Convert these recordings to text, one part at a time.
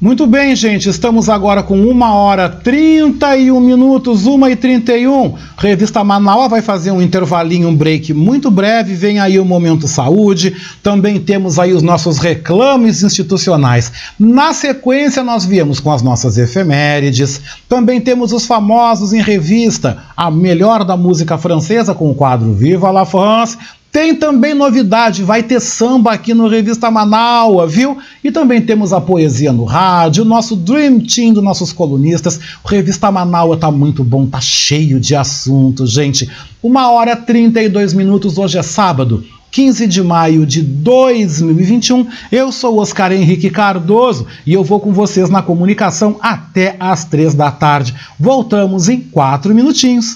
Muito bem, gente, estamos agora com 1h31, 1h31. Revista Manaua vai fazer um intervalinho, um break muito breve. Vem aí o Momento Saúde. Também temos aí os nossos reclames institucionais. Na sequência, nós viemos com as nossas efemérides. Também temos os famosos em revista, a melhor da música francesa com o quadro Viva la France. Tem também novidade, vai ter samba aqui no Revista Manaua, viu? E também temos a poesia no rádio, o nosso Dream Team dos nossos colunistas. O Revista Manaua tá muito bom, tá cheio de assuntos, gente. 1h32, hoje é sábado, 15 de maio de 2021. Eu sou Oscar Henrique Cardoso e eu vou com vocês na comunicação até às 3 da tarde. Voltamos em 4 minutinhos.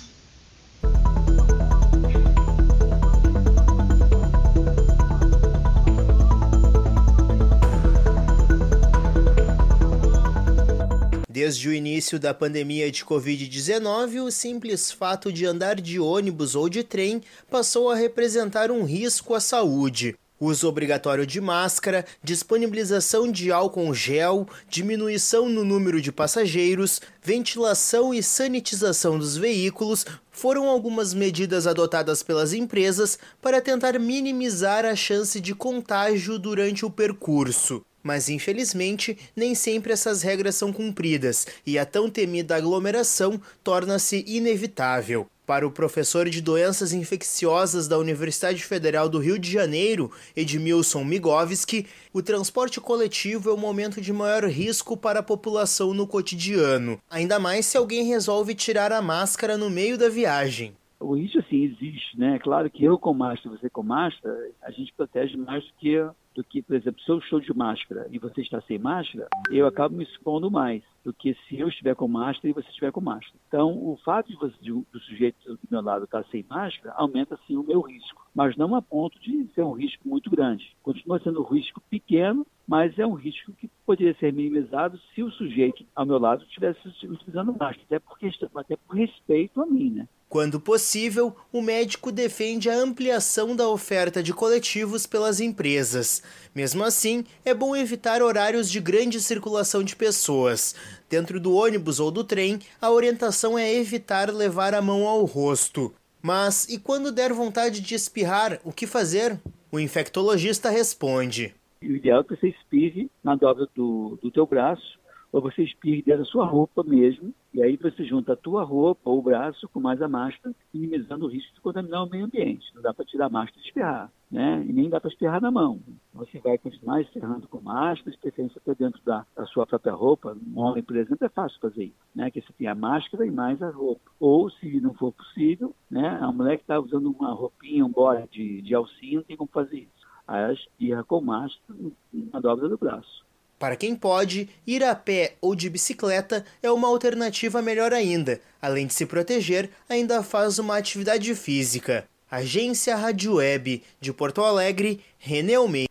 Desde o início da pandemia de Covid-19, o simples fato de andar de ônibus ou de trem passou a representar um risco à saúde. Uso obrigatório de máscara, disponibilização de álcool gel, diminuição no número de passageiros, ventilação e sanitização dos veículos foram algumas medidas adotadas pelas empresas para tentar minimizar a chance de contágio durante o percurso. Mas, infelizmente, nem sempre essas regras são cumpridas e a tão temida aglomeração torna-se inevitável. Para o professor de Doenças Infecciosas da Universidade Federal do Rio de Janeiro, Edmilson Migovski, o transporte coletivo é o momento de maior risco para a população no cotidiano, ainda mais se alguém resolve tirar a máscara no meio da viagem. O risco, sim, existe, né? Claro que eu com máscara, você com máscara, a gente protege mais do que, por exemplo, se eu estou de máscara e você está sem máscara, eu acabo me expondo mais do que se eu estiver com máscara e você estiver com máscara. Então, o fato do sujeito do meu lado estar sem máscara aumenta, sim, o meu risco, mas não a ponto de ser um risco muito grande. Continua sendo um risco pequeno, mas é um risco que poderia ser minimizado se o sujeito ao meu lado estivesse utilizando máscara, até por respeito a mim, né? Quando possível, o médico defende a ampliação da oferta de coletivos pelas empresas. Mesmo assim, é bom evitar horários de grande circulação de pessoas. Dentro do ônibus ou do trem, a orientação é evitar levar a mão ao rosto. Mas, e quando der vontade de espirrar, o que fazer? O infectologista responde. O ideal é que você espirre na dobra do teu braço, ou você espirre dentro da sua roupa mesmo, e aí você junta a tua roupa ou o braço com mais a máscara, minimizando o risco de contaminar o meio ambiente. Não dá para tirar a máscara e espirrar, né? E nem dá para espirrar na mão. Você vai continuar espirrando com máscara, de preferência até dentro da sua própria roupa. Um homem, por exemplo, é fácil fazer isso, né? Que você tem a máscara e mais a roupa. Ou, se não for possível, né? A mulher que está usando uma roupinha, um bora de alcinha, não tem como fazer isso. Aí ela espirra com máscara na dobra do braço. Para quem pode, ir a pé ou de bicicleta é uma alternativa melhor ainda. Além de se proteger, ainda faz uma atividade física. Agência Rádio Web de Porto Alegre, René Almeida.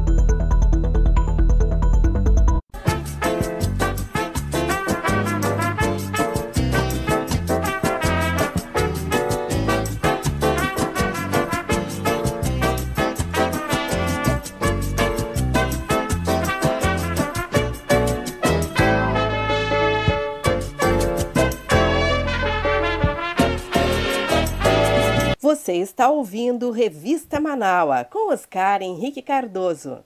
Você está ouvindo Revista Manaua, com Oscar Henrique Cardoso.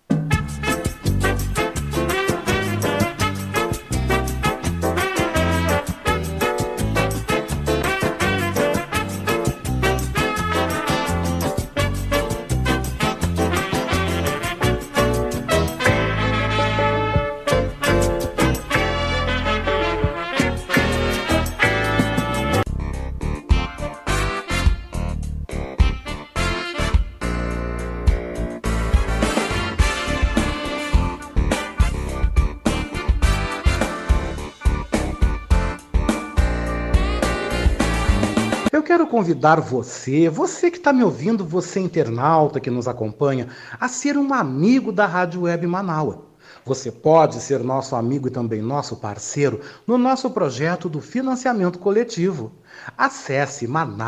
Eu quero convidar você que está me ouvindo, você internauta que nos acompanha, a ser um amigo da Rádio Web Manaua. Você pode ser nosso amigo e também nosso parceiro no nosso projeto do financiamento coletivo. Acesse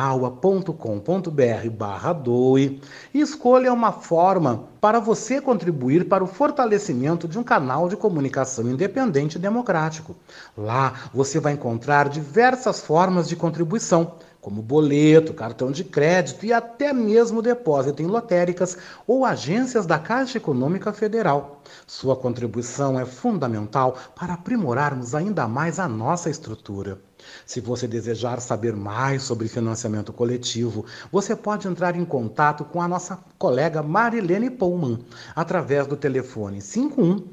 manaua.com.br/doe e escolha uma forma para você contribuir para o fortalecimento de um canal de comunicação independente e democrático. Lá você vai encontrar diversas formas de contribuição, como boleto, cartão de crédito e até mesmo depósito em lotéricas ou agências da Caixa Econômica Federal. Sua contribuição é fundamental para aprimorarmos ainda mais a nossa estrutura. Se você desejar saber mais sobre financiamento coletivo, você pode entrar em contato com a nossa colega Marilene Pullman através do telefone 51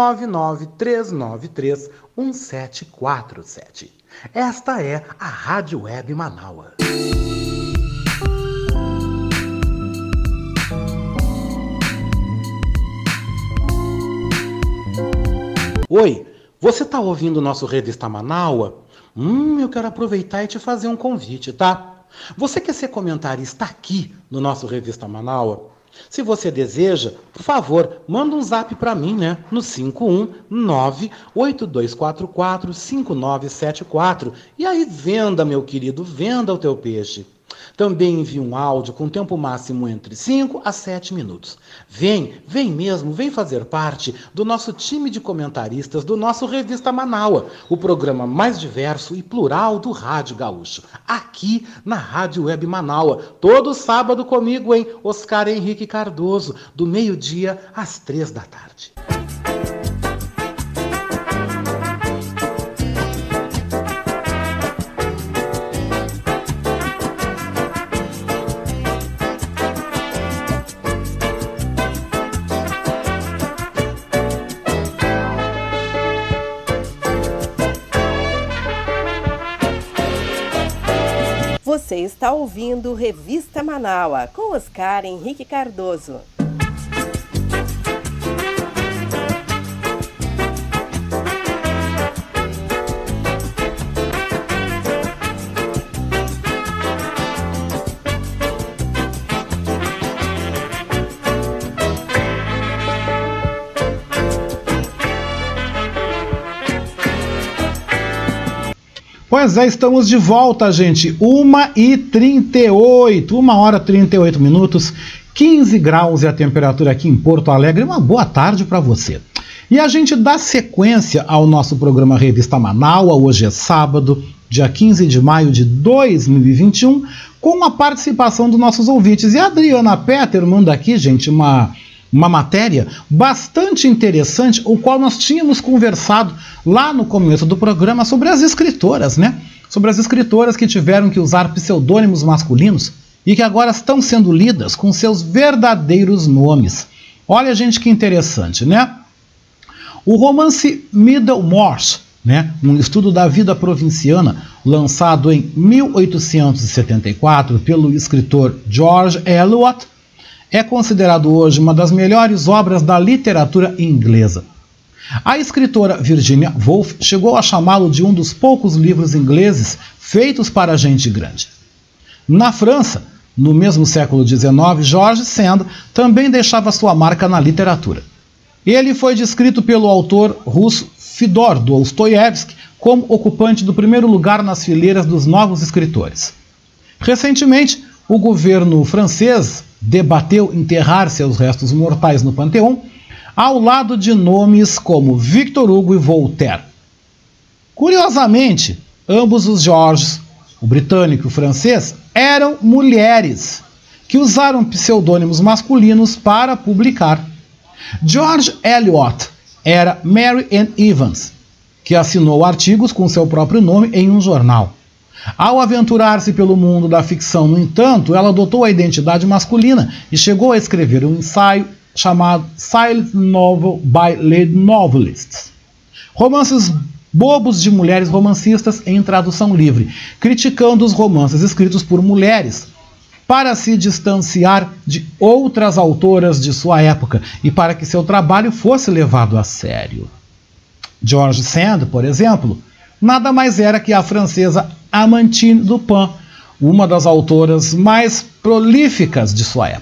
993931747. Esta é a Rádio Web Manaua. Oi, você está ouvindo o nosso Revista Manaua? Eu quero aproveitar e te fazer um convite, tá? Você quer ser comentarista aqui no nosso Revista Manaua? Se você deseja, por favor, manda um zap para mim, né? No 51982445974. E aí venda, meu querido, venda o teu peixe. Também envie um áudio com tempo máximo entre 5 a 7 minutos. Vem mesmo, vem fazer parte do nosso time de comentaristas do nosso Revista Manaua, o programa mais diverso e plural do Rádio Gaúcho, aqui na Rádio Web Manaua, todo sábado comigo, hein? Oscar Henrique Cardoso, do meio-dia às 3 da tarde. Você está ouvindo Revista Manaua, com Oscar Henrique Cardoso. Pois é, estamos de volta, gente. 1h38, 1h38 minutos, 15 graus é a temperatura aqui em Porto Alegre. Uma boa tarde para você. E a gente dá sequência ao nosso programa Revista Manaua. Hoje é sábado, dia 15 de maio de 2021, com a participação dos nossos ouvintes. E a Adriana Petter manda aqui, gente, uma matéria bastante interessante, o qual nós tínhamos conversado lá no começo do programa sobre as escritoras, né? Sobre as escritoras que tiveram que usar pseudônimos masculinos e que agora estão sendo lidas com seus verdadeiros nomes. Olha, gente, que interessante, né? O romance Middlemarch, né? Um estudo da vida provinciana, lançado em 1874 pelo escritor George Eliot, é considerado hoje uma das melhores obras da literatura inglesa. A escritora Virginia Woolf chegou a chamá-lo de um dos poucos livros ingleses feitos para gente grande. Na França, no mesmo século XIX, George Sand também deixava sua marca na literatura. Ele foi descrito pelo autor russo Fyodor Dostoiévski como ocupante do primeiro lugar nas fileiras dos novos escritores. Recentemente, o governo francês debateu enterrar seus restos mortais no Panteão, ao lado de nomes como Victor Hugo e Voltaire. Curiosamente, ambos os Georges, o britânico e o francês, eram mulheres que usaram pseudônimos masculinos para publicar. George Eliot era Mary Ann Evans, que assinou artigos com seu próprio nome em um jornal. Ao aventurar-se pelo mundo da ficção, no entanto, ela adotou a identidade masculina e chegou a escrever um ensaio chamado Silent Novel by Lady Novelists. Romances bobos de mulheres romancistas em tradução livre, criticando os romances escritos por mulheres, para se distanciar de outras autoras de sua época e para que seu trabalho fosse levado a sério. George Sand, por exemplo, nada mais era que a francesa Amandine Dupin, uma das autoras mais prolíficas de sua época.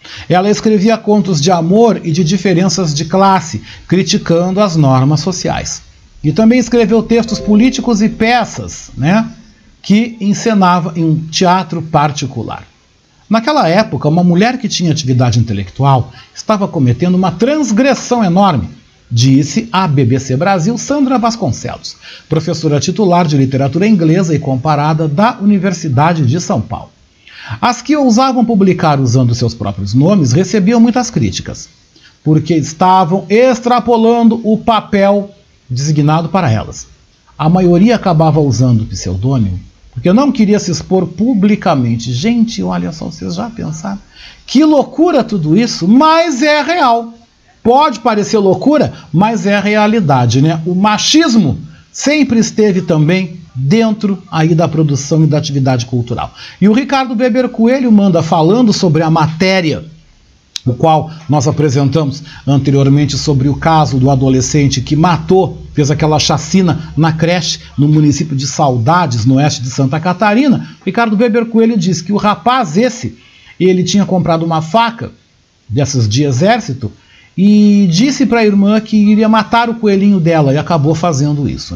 Ela escrevia contos de amor e de diferenças de classe, criticando as normas sociais. E também escreveu textos políticos e peças, que encenava em um teatro particular. Naquela época, uma mulher que tinha atividade intelectual estava cometendo uma transgressão enorme, disse à BBC Brasil Sandra Vasconcelos, professora titular de literatura inglesa e comparada da Universidade de São Paulo. As que ousavam publicar usando seus próprios nomes recebiam muitas críticas, porque estavam extrapolando o papel designado para elas. A maioria acabava usando o pseudônimo, porque não queria se expor publicamente. Gente, olha só, vocês já pensaram? Que loucura tudo isso, mas é real. Pode parecer loucura, mas é a realidade, O machismo sempre esteve também dentro aí da produção e da atividade cultural. E o Ricardo Weber Coelho manda, falando sobre a matéria, o qual nós apresentamos anteriormente, sobre o caso do adolescente que fez aquela chacina na creche no município de Saudades, no oeste de Santa Catarina. Ricardo Weber Coelho diz que o rapaz ele tinha comprado uma faca dessas de exército e disse para a irmã que iria matar o coelhinho dela e acabou fazendo isso,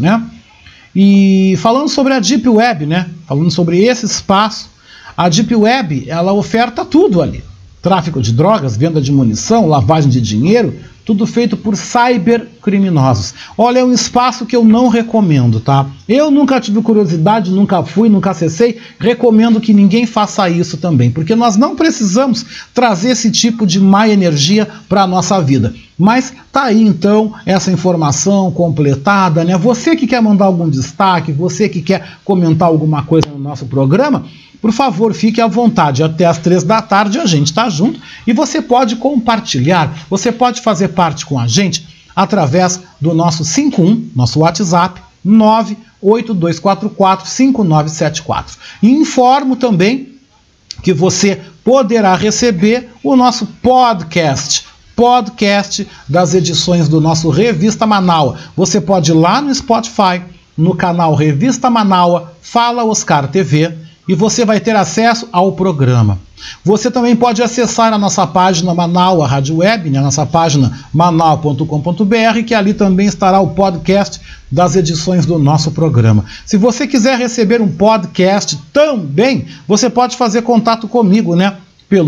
E falando sobre a Deep Web, falando sobre esse espaço, a Deep Web, ela oferta tudo ali. Tráfico de drogas, venda de munição, lavagem de dinheiro, tudo feito por cybercriminosos. Olha, é um espaço que eu não recomendo, tá? Eu nunca tive curiosidade, nunca fui, nunca acessei, recomendo que ninguém faça isso também, porque nós não precisamos trazer esse tipo de má energia para a nossa vida. Mas tá aí então essa informação completada, Você que quer mandar algum destaque, você que quer comentar alguma coisa no nosso programa, por favor, fique à vontade. Até às 3 da tarde a gente está junto e você pode compartilhar, você pode fazer parte com a gente através do nosso 51, nosso WhatsApp, 982445974. E informo também que você poderá receber o nosso podcast das edições do nosso Revista Manaua. Você pode ir lá no Spotify, no canal Revista Manaua, Fala Oscar TV, e você vai ter acesso ao programa. Você também pode acessar a nossa página Manaua Rádio Web, a nossa página manaua.com.br, que ali também estará o podcast das edições do nosso programa. Se você quiser receber um podcast também, você pode fazer contato comigo, pelo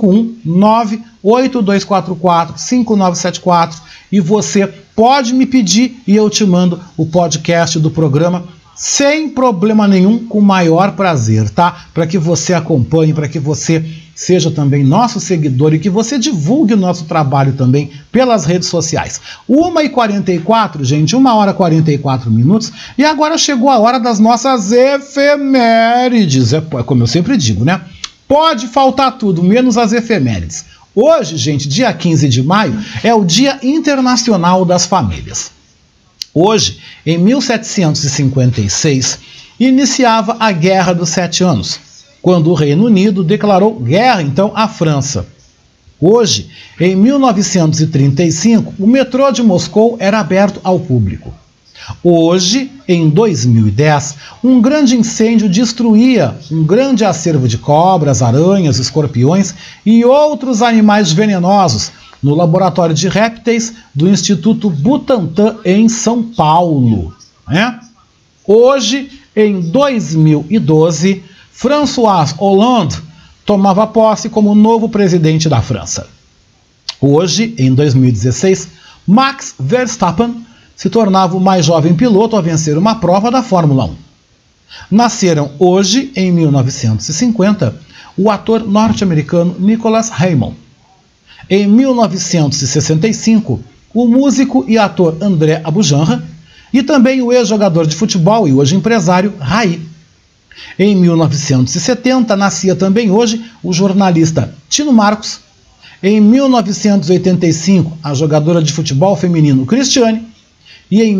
51982445974, e você pode me pedir e eu te mando o podcast do programa sem problema nenhum, com o maior prazer, tá? Para que você acompanhe, para que você seja também nosso seguidor e que você divulgue o nosso trabalho também pelas redes sociais. 1h44, gente, 1h44, e agora chegou a hora das nossas efemérides. É como eu sempre digo, Pode faltar tudo, menos as efemérides. Hoje, gente, dia 15 de maio, é o Dia Internacional das Famílias. Hoje, em 1756, iniciava a Guerra dos 7 Anos, quando o Reino Unido declarou guerra, então, à França. Hoje, em 1935, o metrô de Moscou era aberto ao público. Hoje, em 2010, um grande incêndio destruía um grande acervo de cobras, aranhas, escorpiões e outros animais venenosos no Laboratório de Répteis do Instituto Butantan, em São Paulo. Hoje, em 2012, François Hollande tomava posse como novo presidente da França. Hoje, em 2016, Max Verstappen se tornava o mais jovem piloto a vencer uma prova da Fórmula 1. Nasceram hoje, em 1950, o ator norte-americano Nicholas Raymond. Em 1965, o músico e ator André Abujanra e também o ex-jogador de futebol e hoje empresário Raí. Em 1970, nascia também hoje o jornalista Tino Marcos. Em 1985, a jogadora de futebol feminino Cristiane. E em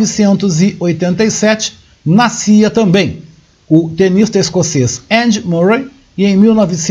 1987, nascia também o tenista escocês Andy Murray. E em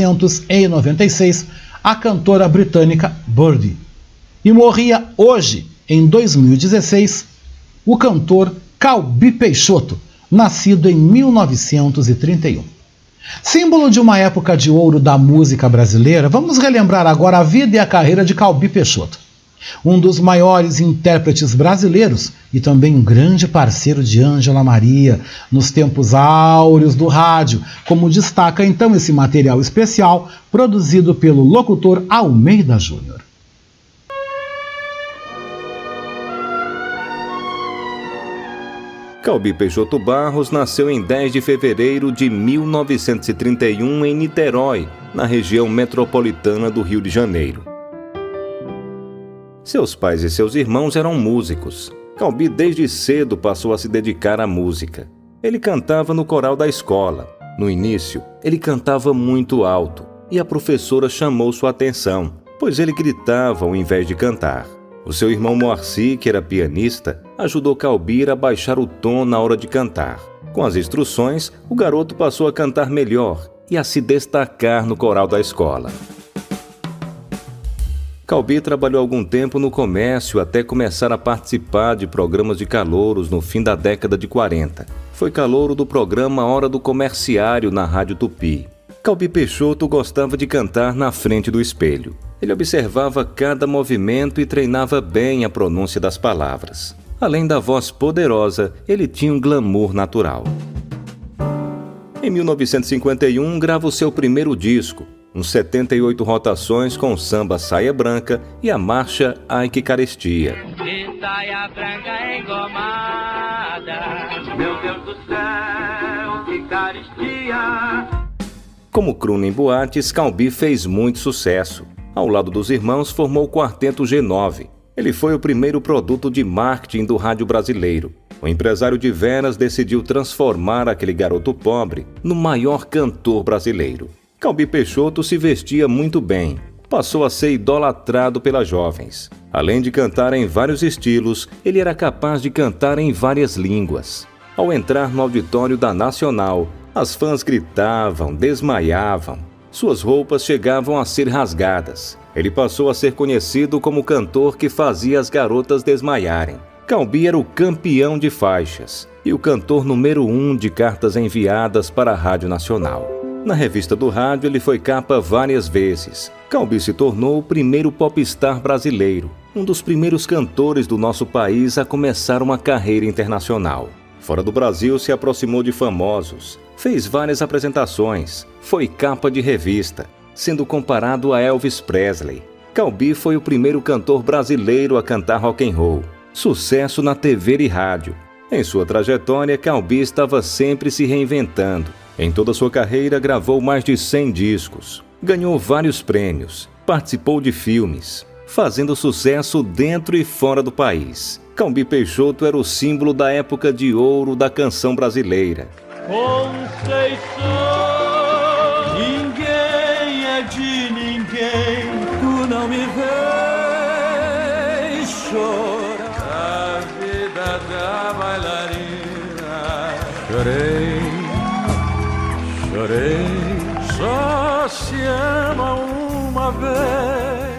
1996, a cantora britânica Birdie. E morria hoje, em 2016, o cantor Calbi Peixoto, nascido em 1931. Símbolo de uma época de ouro da música brasileira, vamos relembrar agora a vida e a carreira de Calbi Peixoto. Um dos maiores intérpretes brasileiros e também um grande parceiro de Ângela Maria nos tempos áureos do rádio, como destaca então esse material especial produzido pelo locutor Almeida Júnior. Calbi Peixoto Barros nasceu em 10 de fevereiro de 1931 em Niterói, na região metropolitana do Rio de Janeiro. Seus pais e seus irmãos eram músicos. Calbi desde cedo passou a se dedicar à música. Ele cantava no coral da escola. No início, ele cantava muito alto e a professora chamou sua atenção, pois ele gritava ao invés de cantar. O seu irmão Moacir, que era pianista, ajudou Calbi a baixar o tom na hora de cantar. Com as instruções, o garoto passou a cantar melhor e a se destacar no coral da escola. Calbi trabalhou algum tempo no comércio até começar a participar de programas de calouros no fim da década de 40. Foi calouro do programa Hora do Comerciário na Rádio Tupi. Calbi Peixoto gostava de cantar na frente do espelho. Ele observava cada movimento e treinava bem a pronúncia das palavras. Além da voz poderosa, ele tinha um glamour natural. Em 1951, grava o seu primeiro disco, uns 78 rotações com o samba Saia Branca e a marcha Ai Que Carestia. De saia branca engomada, meu Deus do céu, que carestia. Como crooner em boates, Calbi fez muito sucesso. Ao lado dos irmãos, formou o Quarteto G9. Ele foi o primeiro produto de marketing do rádio brasileiro. O empresário de veras decidiu transformar aquele garoto pobre no maior cantor brasileiro. Calbi Peixoto se vestia muito bem. Passou a ser idolatrado pelas jovens. Além de cantar em vários estilos, ele era capaz de cantar em várias línguas. Ao entrar no auditório da Nacional, as fãs gritavam, desmaiavam. Suas roupas chegavam a ser rasgadas. Ele passou a ser conhecido como o cantor que fazia as garotas desmaiarem. Calbi era o campeão de faixas e o cantor número 1 de cartas enviadas para a Rádio Nacional. Na revista do rádio, ele foi capa várias vezes. Calbi se tornou o primeiro popstar brasileiro, um dos primeiros cantores do nosso país a começar uma carreira internacional. Fora do Brasil, se aproximou de famosos, fez várias apresentações, foi capa de revista, sendo comparado a Elvis Presley. Calbi foi o primeiro cantor brasileiro a cantar rock and roll, sucesso na TV e rádio. Em sua trajetória, Calbi estava sempre se reinventando. Em toda sua carreira, gravou mais de 100 discos, ganhou vários prêmios, participou de filmes, fazendo sucesso dentro e fora do país. Calbi Peixoto era o símbolo da época de ouro da canção brasileira. Conceição, ninguém é de ninguém, tu não me vês chorar. A vida da bailarina, chorei, só se ama uma vez.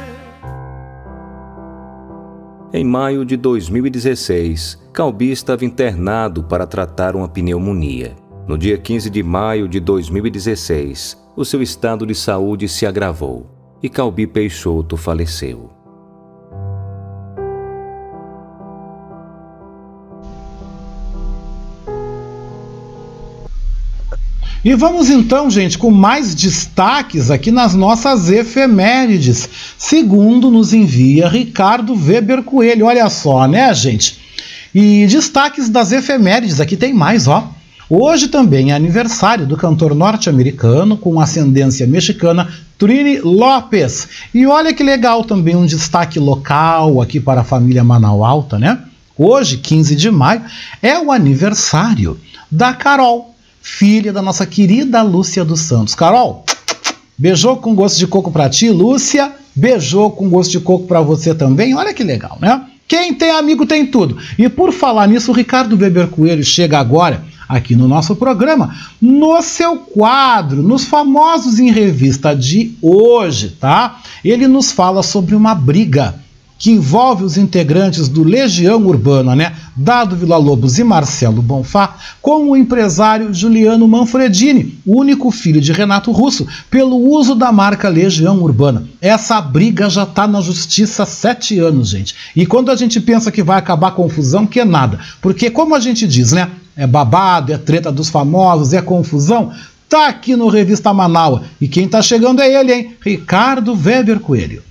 Em maio de 2016, Calbi estava internado para tratar uma pneumonia. No dia 15 de maio de 2016, o seu estado de saúde se agravou e Calbi Peixoto faleceu. E vamos então, gente, com mais destaques aqui nas nossas efemérides, segundo nos envia Ricardo Weber Coelho. Olha só, né, gente? E destaques das efemérides, aqui tem mais, ó. Hoje também é aniversário do cantor norte-americano com ascendência mexicana Trini Lopes. E olha que legal também um destaque local aqui para a família Manaualta, né? Hoje, 15 de maio, é o aniversário da Carol, filha da nossa querida Lúcia dos Santos. Carol, beijou com gosto de coco pra ti. Lúcia, beijou com gosto de coco pra você também. Olha que legal, né? Quem tem amigo tem tudo. E por falar nisso, o Ricardo Weber Coelho chega agora aqui no nosso programa, no seu quadro, nos Famosos em Revista de hoje, tá? Ele nos fala sobre uma briga que envolve os integrantes do Legião Urbana, né? Dado Villa-Lobos e Marcelo Bonfá, com o empresário Juliano Manfredini, único filho de Renato Russo, pelo uso da marca Legião Urbana. Essa briga já está na justiça há 7 anos, gente. E quando a gente pensa que vai acabar a confusão, que é nada. Porque, como a gente diz, né? É babado, é treta dos famosos, é confusão. Tá aqui no Revista Manaua. E quem tá chegando é ele, hein? Ricardo Weber Coelho.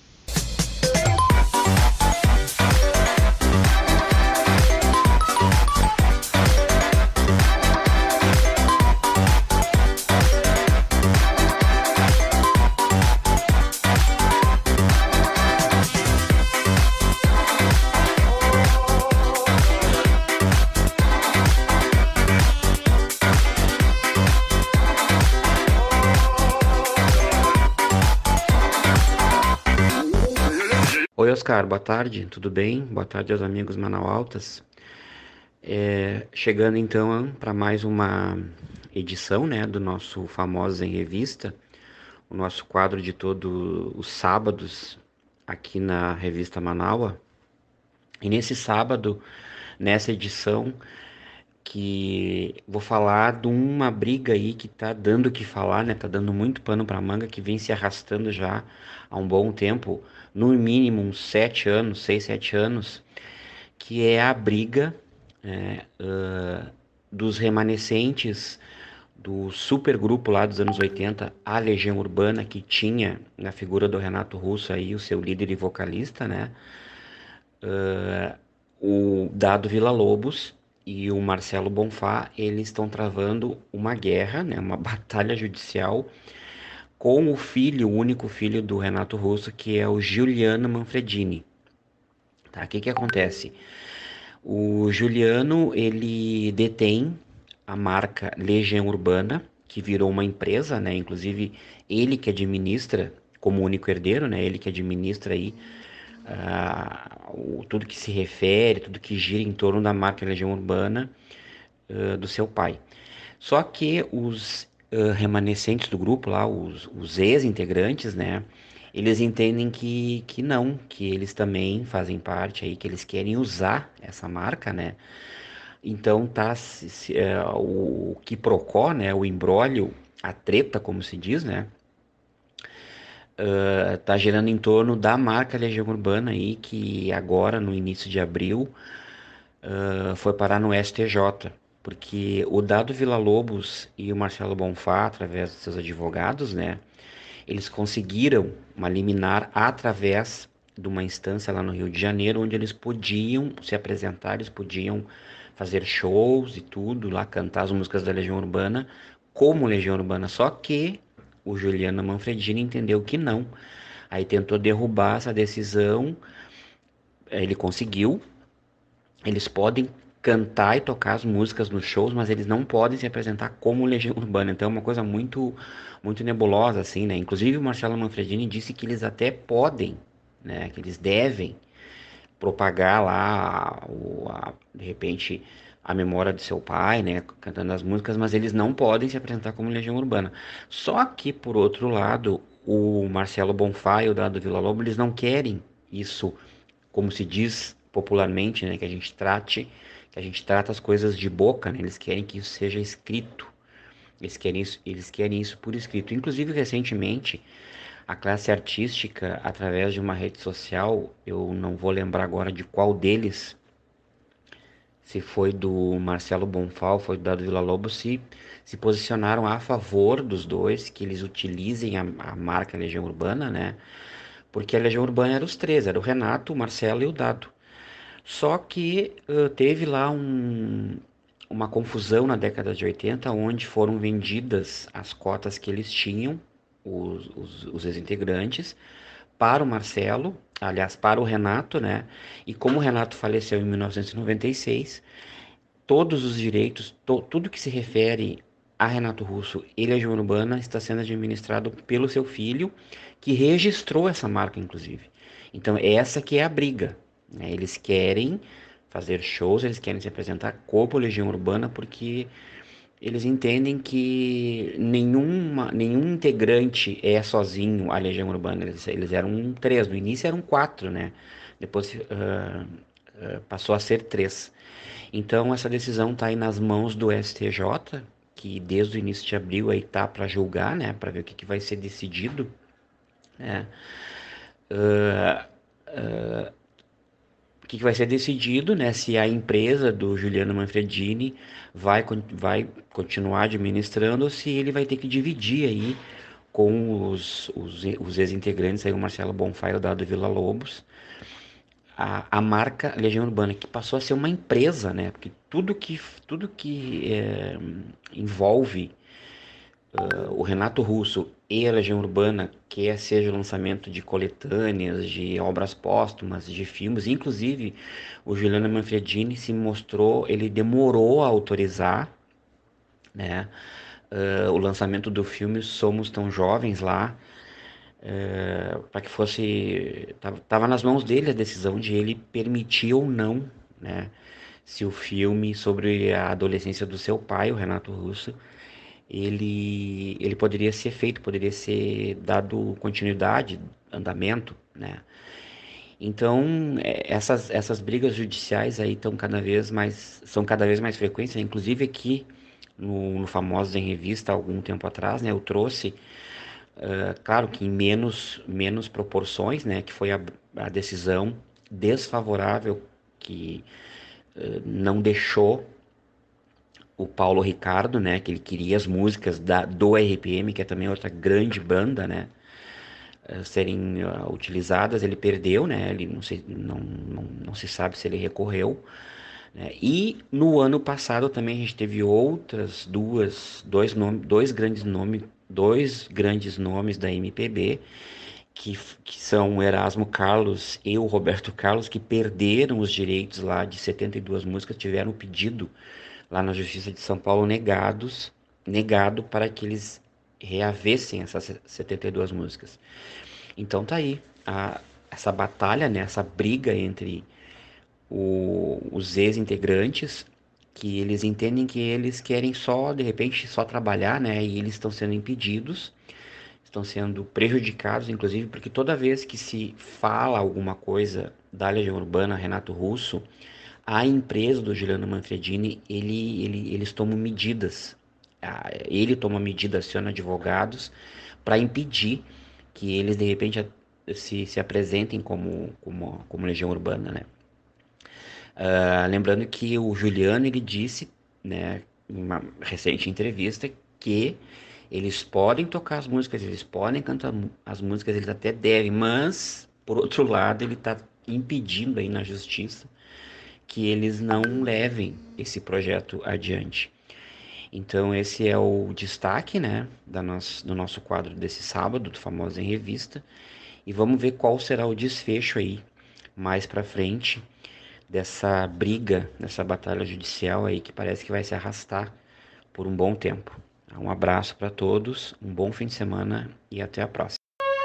Oi, Oscar, boa tarde, tudo bem? Boa tarde aos amigos manaualtas. Chegando então para mais uma edição, né, do nosso Famosos em Revista, o nosso quadro de todos os sábados aqui na Revista Manaua. E nesse sábado, nessa edição, que vou falar de uma briga aí que tá dando o que falar, né? Tá dando muito pano pra manga, que vem se arrastando já há um bom tempo, no mínimo uns 7 anos, 6, 7 anos, que é a briga dos remanescentes do supergrupo lá dos anos 80, a Legião Urbana, que tinha na figura do Renato Russo aí o seu líder e vocalista, né? O Dado Villa-Lobos e o Marcelo Bonfá, eles estão travando uma guerra, né, uma batalha judicial com o filho, o único filho do Renato Russo, que é o Juliano Manfredini. Tá? O que acontece? O Juliano, ele detém a marca Legião Urbana, que virou uma empresa, né, inclusive ele que administra, como único herdeiro, né, ele que administra aí tudo que se refere, tudo que gira em torno da marca Legião Urbana do seu pai. Só que os remanescentes do grupo lá, os ex-integrantes, né, eles entendem que não, que eles também fazem parte aí, que eles querem usar essa marca, né. Então tá o quiprocó, né, o imbróglio, a treta, como se diz, né, tá girando em torno da marca Legião Urbana aí, que agora, no início de abril, foi parar no STJ, porque o Dado Villa-Lobos e o Marcelo Bonfá, através dos seus advogados, né, eles conseguiram uma liminar através de uma instância lá no Rio de Janeiro, onde eles podiam se apresentar, eles podiam fazer shows e tudo, lá cantar as músicas da Legião Urbana, como Legião Urbana, só que o Juliano Manfredini entendeu que não. Aí tentou derrubar essa decisão, ele conseguiu. Eles podem cantar e tocar as músicas nos shows, mas eles não podem se apresentar como Legião Urbana. Então é uma coisa muito, muito nebulosa, assim, né? Inclusive o Marcelo Manfredini disse que eles até podem, né? Que eles devem propagar lá, de repente, a memória de seu pai, né, cantando as músicas, mas eles não podem se apresentar como Legião Urbana. Só que, por outro lado, o Marcelo Bonfá e o Dado Villa-Lobos, eles não querem isso, como se diz popularmente, né, que a gente trata as coisas de boca, né, eles querem que isso seja escrito, eles querem isso por escrito. Inclusive, recentemente, a classe artística, através de uma rede social, eu não vou lembrar agora de qual deles, se foi do Marcelo Bonfá ou foi do Dado Villa-Lobos, se posicionaram a favor dos dois, que eles utilizem a marca Legião Urbana, né? Porque a Legião Urbana era os três, era o Renato, o Marcelo e o Dado. Só que teve lá uma confusão na década de 80, onde foram vendidas as cotas que eles tinham, os ex-integrantes, para o Marcelo, aliás, para o Renato, né? E como o Renato faleceu em 1996, todos os direitos, tudo que se refere a Renato Russo e Legião Urbana está sendo administrado pelo seu filho, que registrou essa marca, inclusive. Então, essa que é a briga, né? Eles querem fazer shows, eles querem se apresentar como Legião Urbana, porque eles entendem que nenhum integrante é sozinho a Legião Urbana. Eles eram 3, no início eram 4, né? depois passou a ser 3. Então essa decisão está aí nas mãos do STJ, que desde o início de abril aí tá para julgar, né, para ver o que vai ser decidido, né. O que vai ser decidido, né, se a empresa do Juliano Manfredini vai continuar administrando ou se ele vai ter que dividir aí com os ex-integrantes, aí o Marcelo Bonfá e o Dado Villa-Lobos, a marca Legião Urbana, que passou a ser uma empresa, né, porque tudo que envolve o Renato Russo e a Legião Urbana, quer seja o lançamento de coletâneas, de obras póstumas, de filmes, inclusive o Juliano Manfredini ele demorou a autorizar, né, o lançamento do filme Somos Tão Jovens lá, para que fosse... Tava nas mãos dele a decisão de ele permitir ou não, né, se o filme sobre a adolescência do seu pai, o Renato Russo, ele poderia ser feito, poderia ser dado continuidade, andamento, né? Então, essas brigas judiciais aí são cada vez mais frequentes, né? Inclusive aqui no Famosos em Revista, algum tempo atrás, né, eu trouxe, claro que em menos proporções, né, que foi a decisão desfavorável que não deixou o Paulo Ricardo, né, que ele queria as músicas do RPM, que é também outra grande banda, né, serem utilizadas. Ele perdeu, né, ele não se sabe se ele recorreu, né. E no ano passado também a gente teve outras dois grandes nomes da MPB, que são o Erasmo Carlos e o Roberto Carlos, que perderam os direitos lá de 72 músicas, tiveram o pedido lá na Justiça de São Paulo negado para que eles reavessem essas 72 músicas. Então tá aí essa batalha, né, essa briga entre os ex-integrantes, que eles entendem que eles querem de repente só trabalhar, né, e eles estão sendo impedidos, estão sendo prejudicados, inclusive, porque toda vez que se fala alguma coisa da Legião Urbana, Renato Russo, a empresa do Juliano Manfredini, eles tomam medidas. Ele toma medidas, aciona advogados para impedir que eles, de repente, se apresentem como Legião Urbana, né? Lembrando que o Juliano, ele disse, né, em uma recente entrevista, que eles podem tocar as músicas, eles podem cantar as músicas, eles até devem, mas, por outro lado, ele está impedindo aí na justiça que eles não levem esse projeto adiante. Então esse é o destaque, né, do nosso quadro desse sábado, do Famosos em Revista, e vamos ver qual será o desfecho aí, mais pra frente, dessa briga, dessa batalha judicial aí, que parece que vai se arrastar por um bom tempo. Um abraço para todos, um bom fim de semana e até a próxima.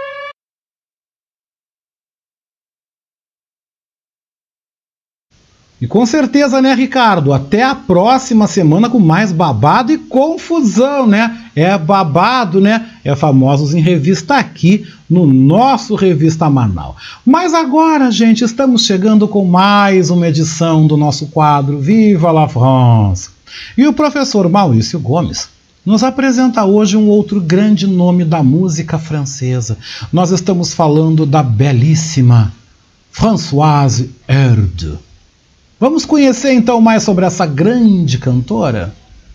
E com certeza, né, Ricardo? Até a próxima semana com mais babado e confusão, né? É babado, né? É Famosos em Revista aqui no nosso Revista Manaus. Mas agora, gente, estamos chegando com mais uma edição do nosso quadro Viva la France. E o professor Maurício Gomes nos apresenta hoje um outro grande nome da música francesa. Nós estamos falando da belíssima Françoise Hardy. Vamos conhecer então mais sobre essa grande cantora?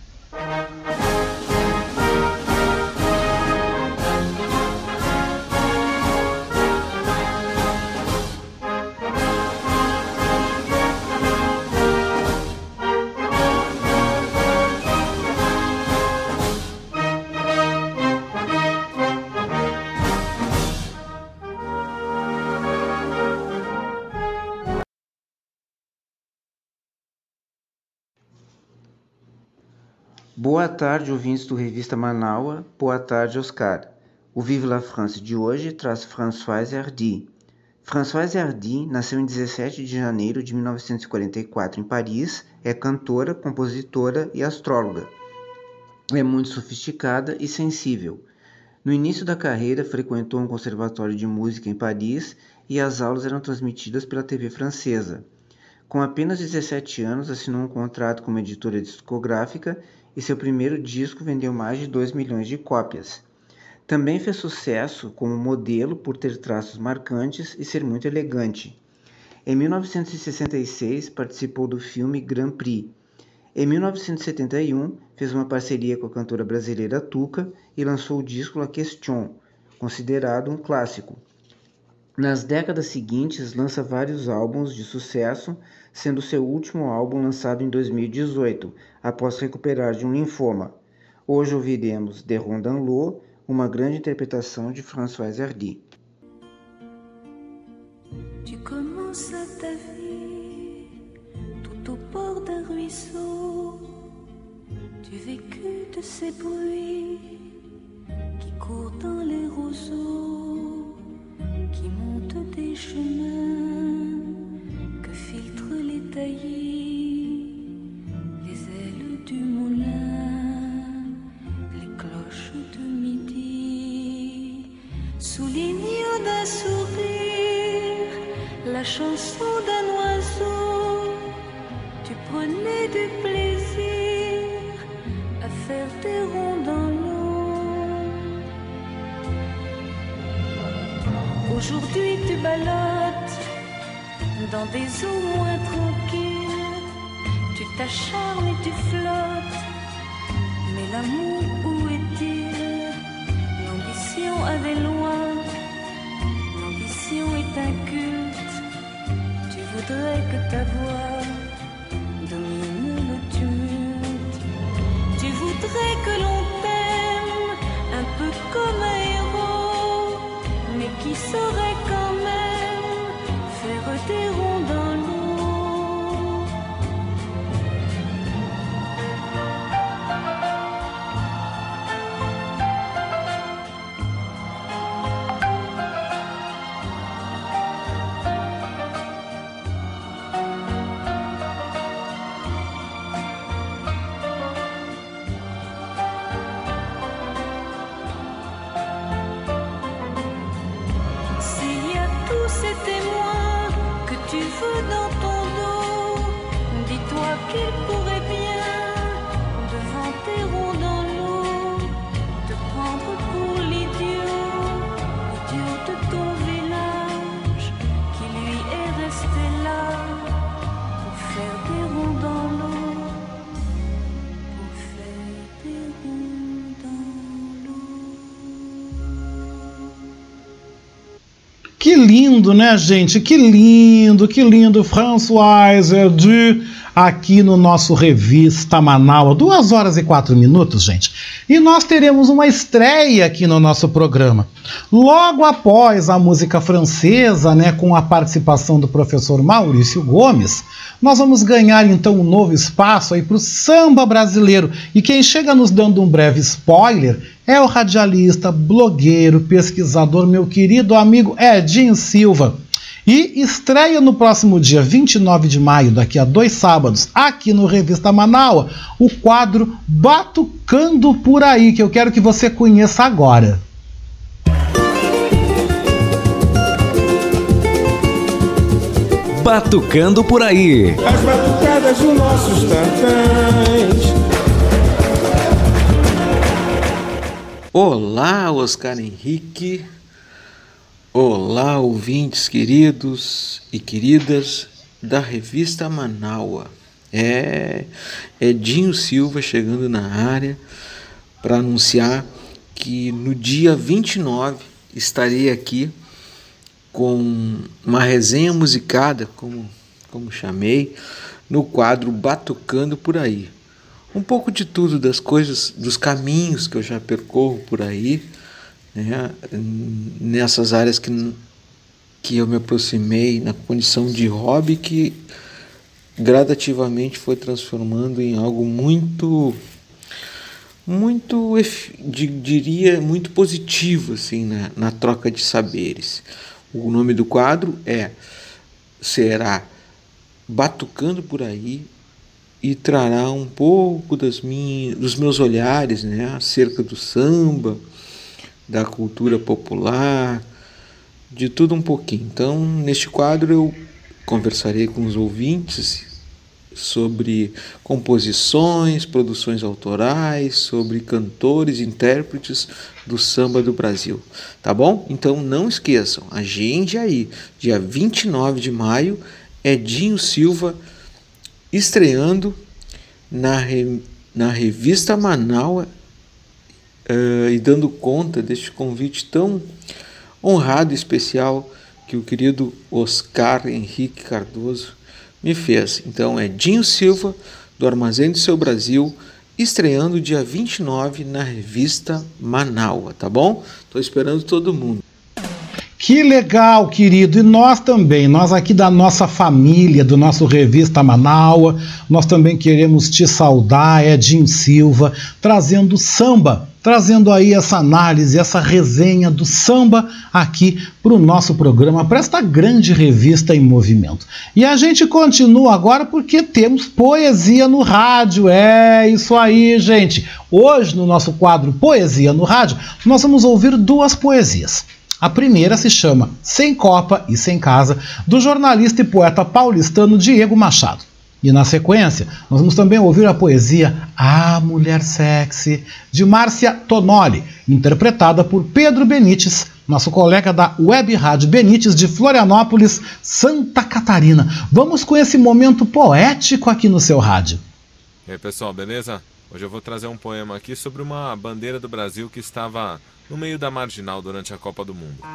Boa tarde, ouvintes do Revista Manaus. Boa tarde, Oscar. O Vive la France de hoje traz Françoise Hardy. Françoise Hardy nasceu em 17 de janeiro de 1944 em Paris, é cantora, compositora e astróloga. É muito sofisticada e sensível. No início da carreira, frequentou um conservatório de música em Paris e as aulas eram transmitidas pela TV francesa. Com apenas 17 anos, assinou um contrato com uma editora discográfica e seu primeiro disco vendeu mais de 2 milhões de cópias. Também fez sucesso como modelo por ter traços marcantes e ser muito elegante. Em 1966, participou do filme Grand Prix. Em 1971, fez uma parceria com a cantora brasileira Tuca e lançou o disco La Question, considerado um clássico. Nas décadas seguintes, lança vários álbuns de sucesso, sendo seu último álbum lançado em 2018, após recuperar de um linfoma. Hoje ouviremos De Rondan-Lo, uma grande interpretação de Françoise Hardy. Tu commences ta vie tout au bord d'un ruisseau. Tu vécu de ces bruits qui courent dans les roseaux, qui montent des chemins que filtrent les taillis, les ailes du moulin, les cloches de midi, soulignant d'un sourire la chanson d'un oiseau. Tu prenais du plaisir à faire des ronds dans l'eau. Aujourd'hui tu ballottes dans des eaux moins tranquilles. Tu t'acharnes et tu flottes, mais l'amour où est-il? L'ambition avait loin, l'ambition est un culte. Tu voudrais que ta voix domine le tumulte. Tu voudrais que l'on t'aime un peu comme un héros, mais qui saurait quand même faire des ronds dans l'eau. Que lindo, né, gente? Que lindo, Françoise Hardy, aqui no nosso Revista Manaua, 2 horas e 4 minutos, gente. E nós teremos uma estreia aqui no nosso programa. Logo após a música francesa, né, com a participação do professor Maurício Gomes, nós vamos ganhar então um novo espaço aí para o samba brasileiro. E quem chega nos dando um breve spoiler é o radialista, blogueiro, pesquisador, meu querido amigo Edinho Silva. E estreia no próximo dia 29 de maio, daqui a 2 sábados, aqui no Revista Manaua, o quadro Batucando Por Aí, que eu quero que você conheça agora. Batucando Por Aí. As batucadas dos nossos tantãs. Olá, Oscar Henrique. Olá, ouvintes queridos e queridas da Revista Manaua. Edinho Silva chegando na área para anunciar que no dia 29 estarei aqui com uma resenha musicada, como chamei, no quadro Batucando Por Aí. Um pouco de tudo, das coisas, dos caminhos que eu já percorro por aí, né, nessas áreas que eu me aproximei na condição de hobby, que gradativamente foi transformando em algo muito diria, muito positivo assim, na troca de saberes. O nome do quadro será Batucando Por Aí, e trará um pouco dos meus olhares, né, acerca do samba, da cultura popular, de tudo um pouquinho. Então, neste quadro eu conversarei com os ouvintes sobre composições, produções autorais, sobre cantores, intérpretes do samba do Brasil, tá bom? Então não esqueçam, agende aí, dia 29 de maio, Edinho Silva estreando na revista Manaua e dando conta deste convite tão honrado e especial que o querido Oscar Henrique Cardoso me fez. Então é Edinho Silva, do Armazém do Seu Brasil, estreando dia 29 na revista Manaua, tá bom? Estou esperando todo mundo. Que legal, querido. E nós também, nós aqui da nossa família, do nosso Revista Manaua, nós também queremos te saudar, Edinho Silva, trazendo samba, trazendo aí essa análise, essa resenha do samba aqui para o nosso programa, para esta grande revista em movimento. E a gente continua agora porque temos poesia no rádio. É isso aí, gente. Hoje, no nosso quadro Poesia no Rádio, nós vamos ouvir duas poesias. A primeira se chama Sem Copa e Sem Casa, do jornalista e poeta paulistano Diego Machado. E na sequência, nós vamos também ouvir a poesia A Mulher Sexy, de Márcia Tonoli, interpretada por Pedro Benites, nosso colega da Web Rádio Benites de Florianópolis, Santa Catarina. Vamos com esse momento poético aqui no seu rádio. E aí, pessoal, beleza? Hoje eu vou trazer um poema aqui sobre uma bandeira do Brasil que estava no meio da marginal durante a Copa do Mundo.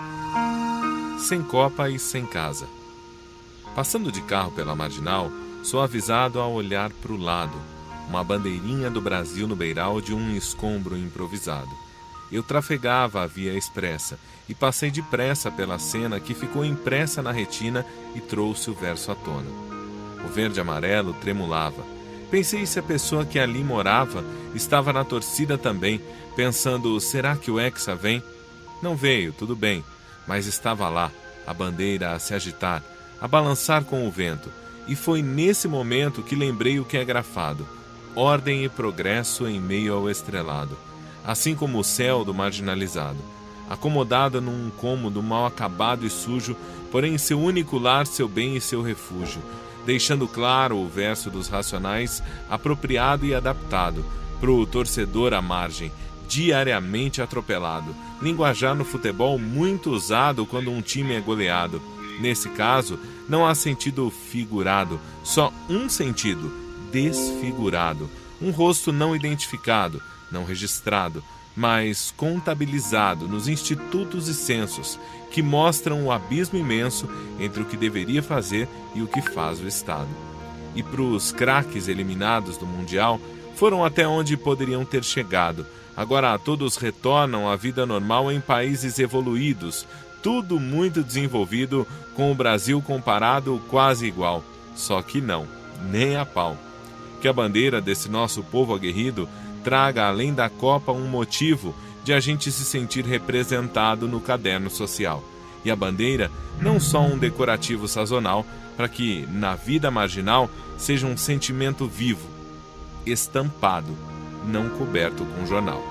Sem copa e sem casa. Passando de carro pela marginal, sou avisado ao olhar para o lado, uma bandeirinha do Brasil no beiral de um escombro improvisado. Eu trafegava a via expressa e passei depressa pela cena que ficou impressa na retina e trouxe o verso à tona. O verde e amarelo tremulava. Pensei se a pessoa que ali morava estava na torcida também, pensando, será que o Hexa vem? Não veio, tudo bem, mas estava lá, a bandeira a se agitar, a balançar com o vento. E foi nesse momento que lembrei o que é grafado: ordem e progresso em meio ao estrelado, assim como o céu do marginalizado, acomodada num cômodo mal acabado e sujo, porém seu único lar, seu bem e seu refúgio, deixando claro o verso dos Racionais, apropriado e adaptado pro torcedor à margem, diariamente atropelado, linguajar no futebol muito usado quando um time é goleado. Nesse caso, não há sentido figurado, só um sentido, desfigurado. Um rosto não identificado, não registrado, mas contabilizado nos institutos e censos, que mostram o abismo imenso entre o que deveria fazer e o que faz o Estado. E para os craques eliminados do Mundial, foram até onde poderiam ter chegado. Agora todos retornam à vida normal em países evoluídos, tudo muito desenvolvido, com o Brasil comparado quase igual. Só que não, nem a pau. Que a bandeira desse nosso povo aguerrido traga além da Copa um motivo de a gente se sentir representado no caderno social. E a bandeira não só um decorativo sazonal, para que na vida marginal seja um sentimento vivo, estampado, não coberto com jornal.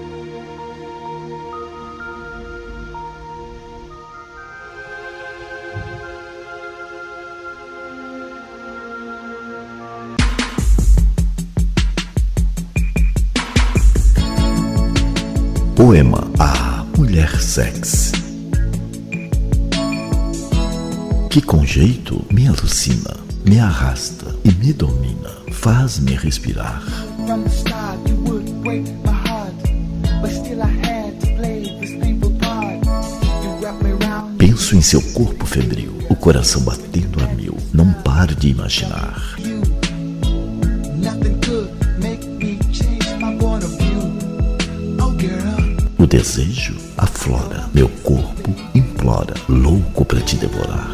Poema A Mulher Sexy, que com jeito me alucina, me arrasta e me domina, faz-me respirar. Penso em seu corpo febril, o coração batendo a mil, não paro de imaginar. O desejo aflora, meu corpo implora, louco pra te devorar.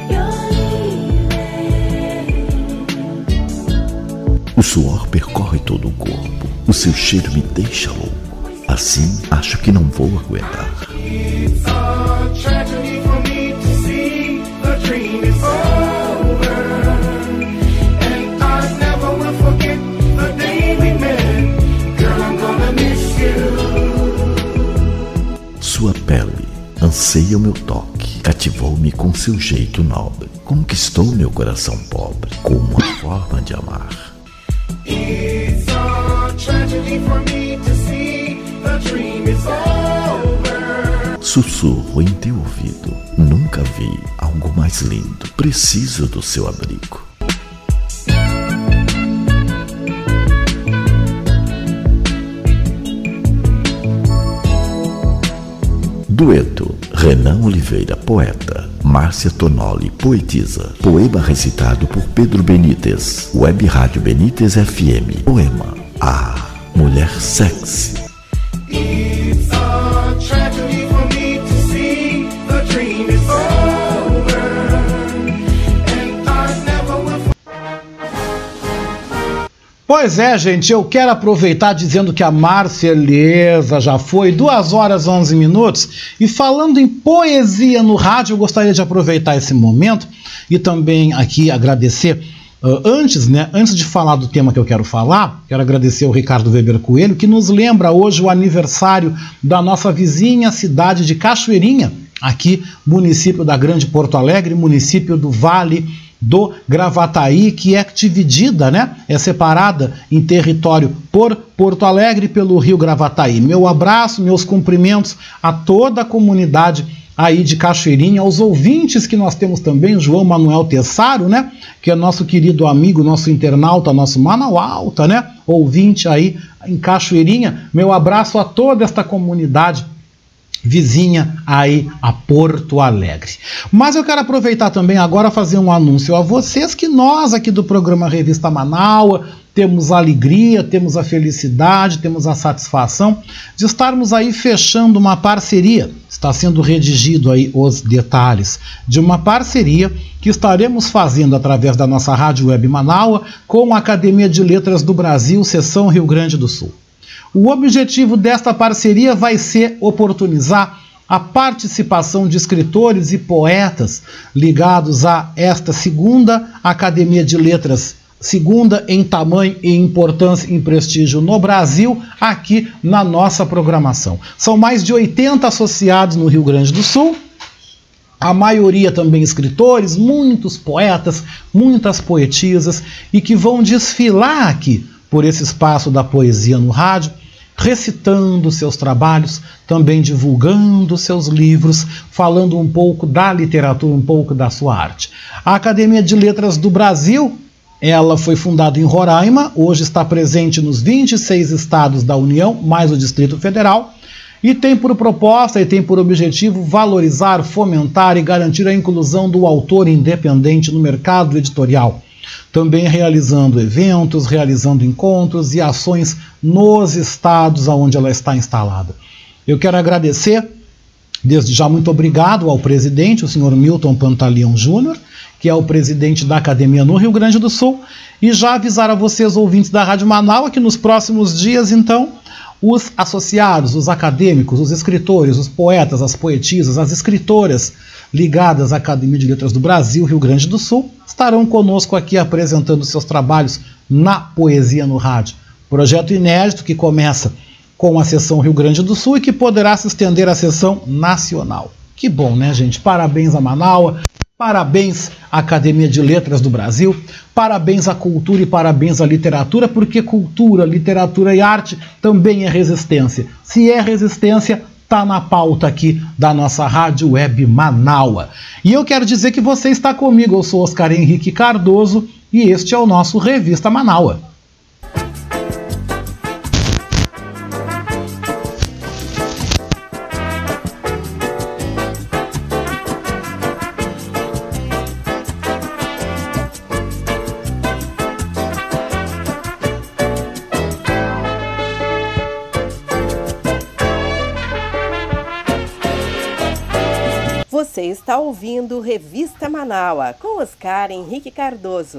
O suor percorre todo o corpo, o seu cheiro me deixa louco. Assim, acho que não vou aguentar. Sua pele anseia o meu toque, cativou-me com seu jeito nobre, conquistou meu coração pobre com uma forma de amar. It's a tragedy for me to see the dream is over. Sussurro em teu ouvido, nunca vi algo mais lindo, preciso do seu abrigo. Dueto: Renan Oliveira, poeta. Márcia Tonoli, poetisa. Poema recitado por Pedro Benítez. Web Rádio Benítez FM. Poema: A Mulher Sexy. It's a tragedy for me to see the dream is over, and I never will... Pois é, gente, eu quero aproveitar dizendo que a Marceleza já foi 2 horas 11 minutos e falando em poesia no rádio, eu gostaria de aproveitar esse momento e também aqui agradecer, antes de falar do tema que eu quero falar, quero agradecer ao Ricardo Weber Coelho, que nos lembra hoje o aniversário da nossa vizinha cidade de Cachoeirinha, aqui município da Grande Porto Alegre, município do Vale do Gravataí, que é dividida, né? É separada em território por Porto Alegre e pelo Rio Gravataí. Meu abraço, meus cumprimentos a toda a comunidade aí de Cachoeirinha, aos ouvintes que nós temos também, João Manuel Tessaro, né? Que é nosso querido amigo, nosso internauta, nosso Manaualta, né? Ouvinte aí em Cachoeirinha. Meu abraço a toda esta comunidade vizinha aí a Porto Alegre. Mas eu quero aproveitar também agora fazer um anúncio a vocês que nós aqui do programa Revista Manaua temos a alegria, temos a felicidade, temos a satisfação de estarmos aí fechando uma parceria. Está sendo redigido aí os detalhes de uma parceria que estaremos fazendo através da nossa Rádio Web Manaua com a Academia de Letras do Brasil, seção Rio Grande do Sul. O objetivo desta parceria vai ser oportunizar a participação de escritores e poetas ligados a esta segunda Academia de Letras, segunda em tamanho e importância e prestígio no Brasil, aqui na nossa programação. São mais de 80 associados no Rio Grande do Sul, a maioria também escritores, muitos poetas, muitas poetisas, e que vão desfilar aqui por esse espaço da poesia no rádio, recitando seus trabalhos, também divulgando seus livros, falando um pouco da literatura, um pouco da sua arte. A Academia de Letras do Brasil, ela foi fundada em Roraima, hoje está presente nos 26 estados da União, mais o Distrito Federal, e tem por proposta e tem por objetivo valorizar, fomentar e garantir a inclusão do autor independente no mercado editorial, também realizando eventos, realizando encontros e ações nos estados onde ela está instalada. Eu quero agradecer, desde já, muito obrigado ao presidente, o senhor Milton Pantaleão Júnior, que é o presidente da Academia no Rio Grande do Sul, e já avisar a vocês, ouvintes da Rádio Manaus, que nos próximos dias, então, os associados, os acadêmicos, os escritores, os poetas, as poetisas, as escritoras ligadas à Academia de Letras do Brasil, Rio Grande do Sul, estarão conosco aqui apresentando seus trabalhos na Poesia no Rádio. Projeto inédito que começa com a seção Rio Grande do Sul e que poderá se estender à seção nacional. Que bom, né, gente? Parabéns a Manaus, parabéns à Academia de Letras do Brasil, parabéns à cultura e parabéns à literatura, porque cultura, literatura e arte também é resistência. Se é resistência, está na pauta aqui da nossa Rádio Web Manaua. E eu quero dizer que você está comigo, eu sou Oscar Henrique Cardoso e este é o nosso Revista Manaua. Você está ouvindo Revista Manaua, com Oscar Henrique Cardoso.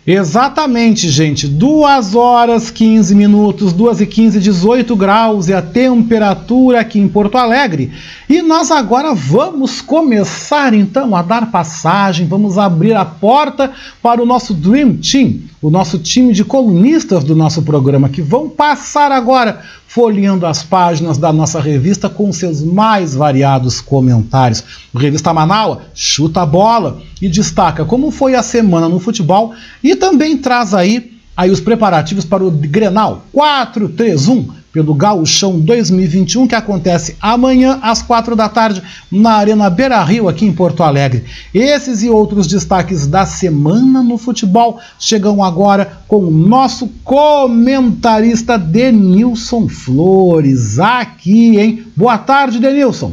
Exatamente, gente. 2 horas 15 minutos, 2h15, 18 graus é a temperatura aqui em Porto Alegre. E nós agora vamos começar então a dar passagem, vamos abrir a porta para o nosso Dream Team, o nosso time de colunistas do nosso programa, que vão passar agora folheando as páginas da nossa revista com seus mais variados comentários. O Revista Manaua chuta a bola e destaca como foi a semana no futebol e também traz aí os preparativos para o Grenal 4-3-1 pelo Gauchão 2021, que acontece amanhã às 4 da tarde na Arena Beira-Rio, aqui em Porto Alegre. Esses e outros destaques da semana no futebol chegam agora com o nosso comentarista Denilson Flores, aqui, hein? Boa tarde, Denilson.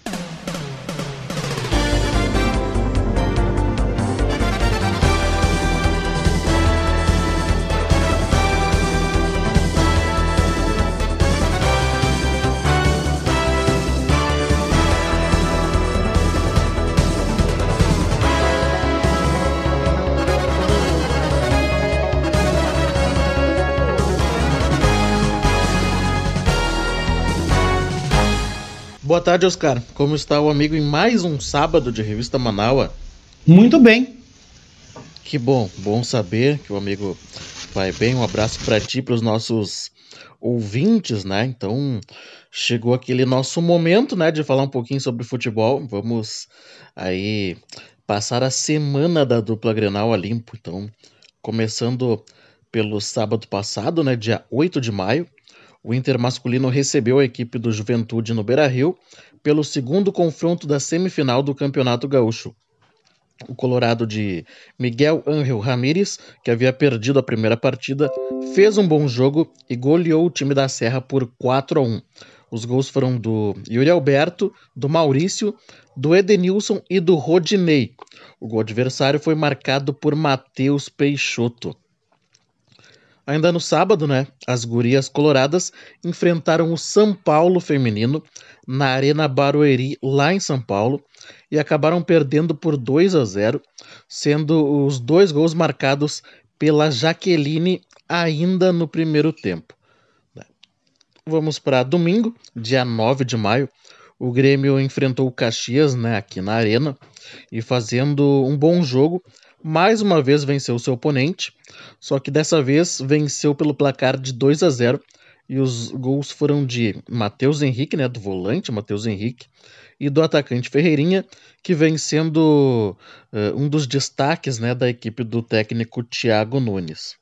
Boa tarde, Oscar. Como está o amigo em mais um sábado de Revista Manaua? Muito bem. Que bom, bom saber que o amigo vai bem. Um abraço para ti e para os nossos ouvintes, né? Então, chegou aquele nosso momento, né, de falar um pouquinho sobre futebol. Vamos aí passar a semana da dupla Grenal a limpo. Então, começando pelo sábado passado, né, dia 8 de maio, o Inter masculino recebeu a equipe do Juventude no Beira-Rio pelo segundo confronto da semifinal do Campeonato Gaúcho. O colorado de Miguel Ángel Ramírez, que havia perdido a primeira partida, fez um bom jogo e goleou o time da Serra por 4-1. Os gols foram do Yuri Alberto, do Maurício, do Edenilson e do Rodinei. O gol adversário foi marcado por Matheus Peixoto. Ainda no sábado, né, as gurias coloradas enfrentaram o São Paulo feminino na Arena Barueri, lá em São Paulo, e acabaram perdendo por 2-0, sendo os 2 gols marcados pela Jaqueline ainda no primeiro tempo. Vamos para domingo, dia 9 de maio, o Grêmio enfrentou o Caxias, né, aqui na Arena, e fazendo um bom jogo, mais uma vez venceu seu oponente, só que dessa vez venceu pelo placar de 2-0, e os gols foram de Matheus Henrique, né, do volante Matheus Henrique, e do atacante Ferreirinha, que vem sendo um dos destaques, né, da equipe do técnico Thiago Nunes.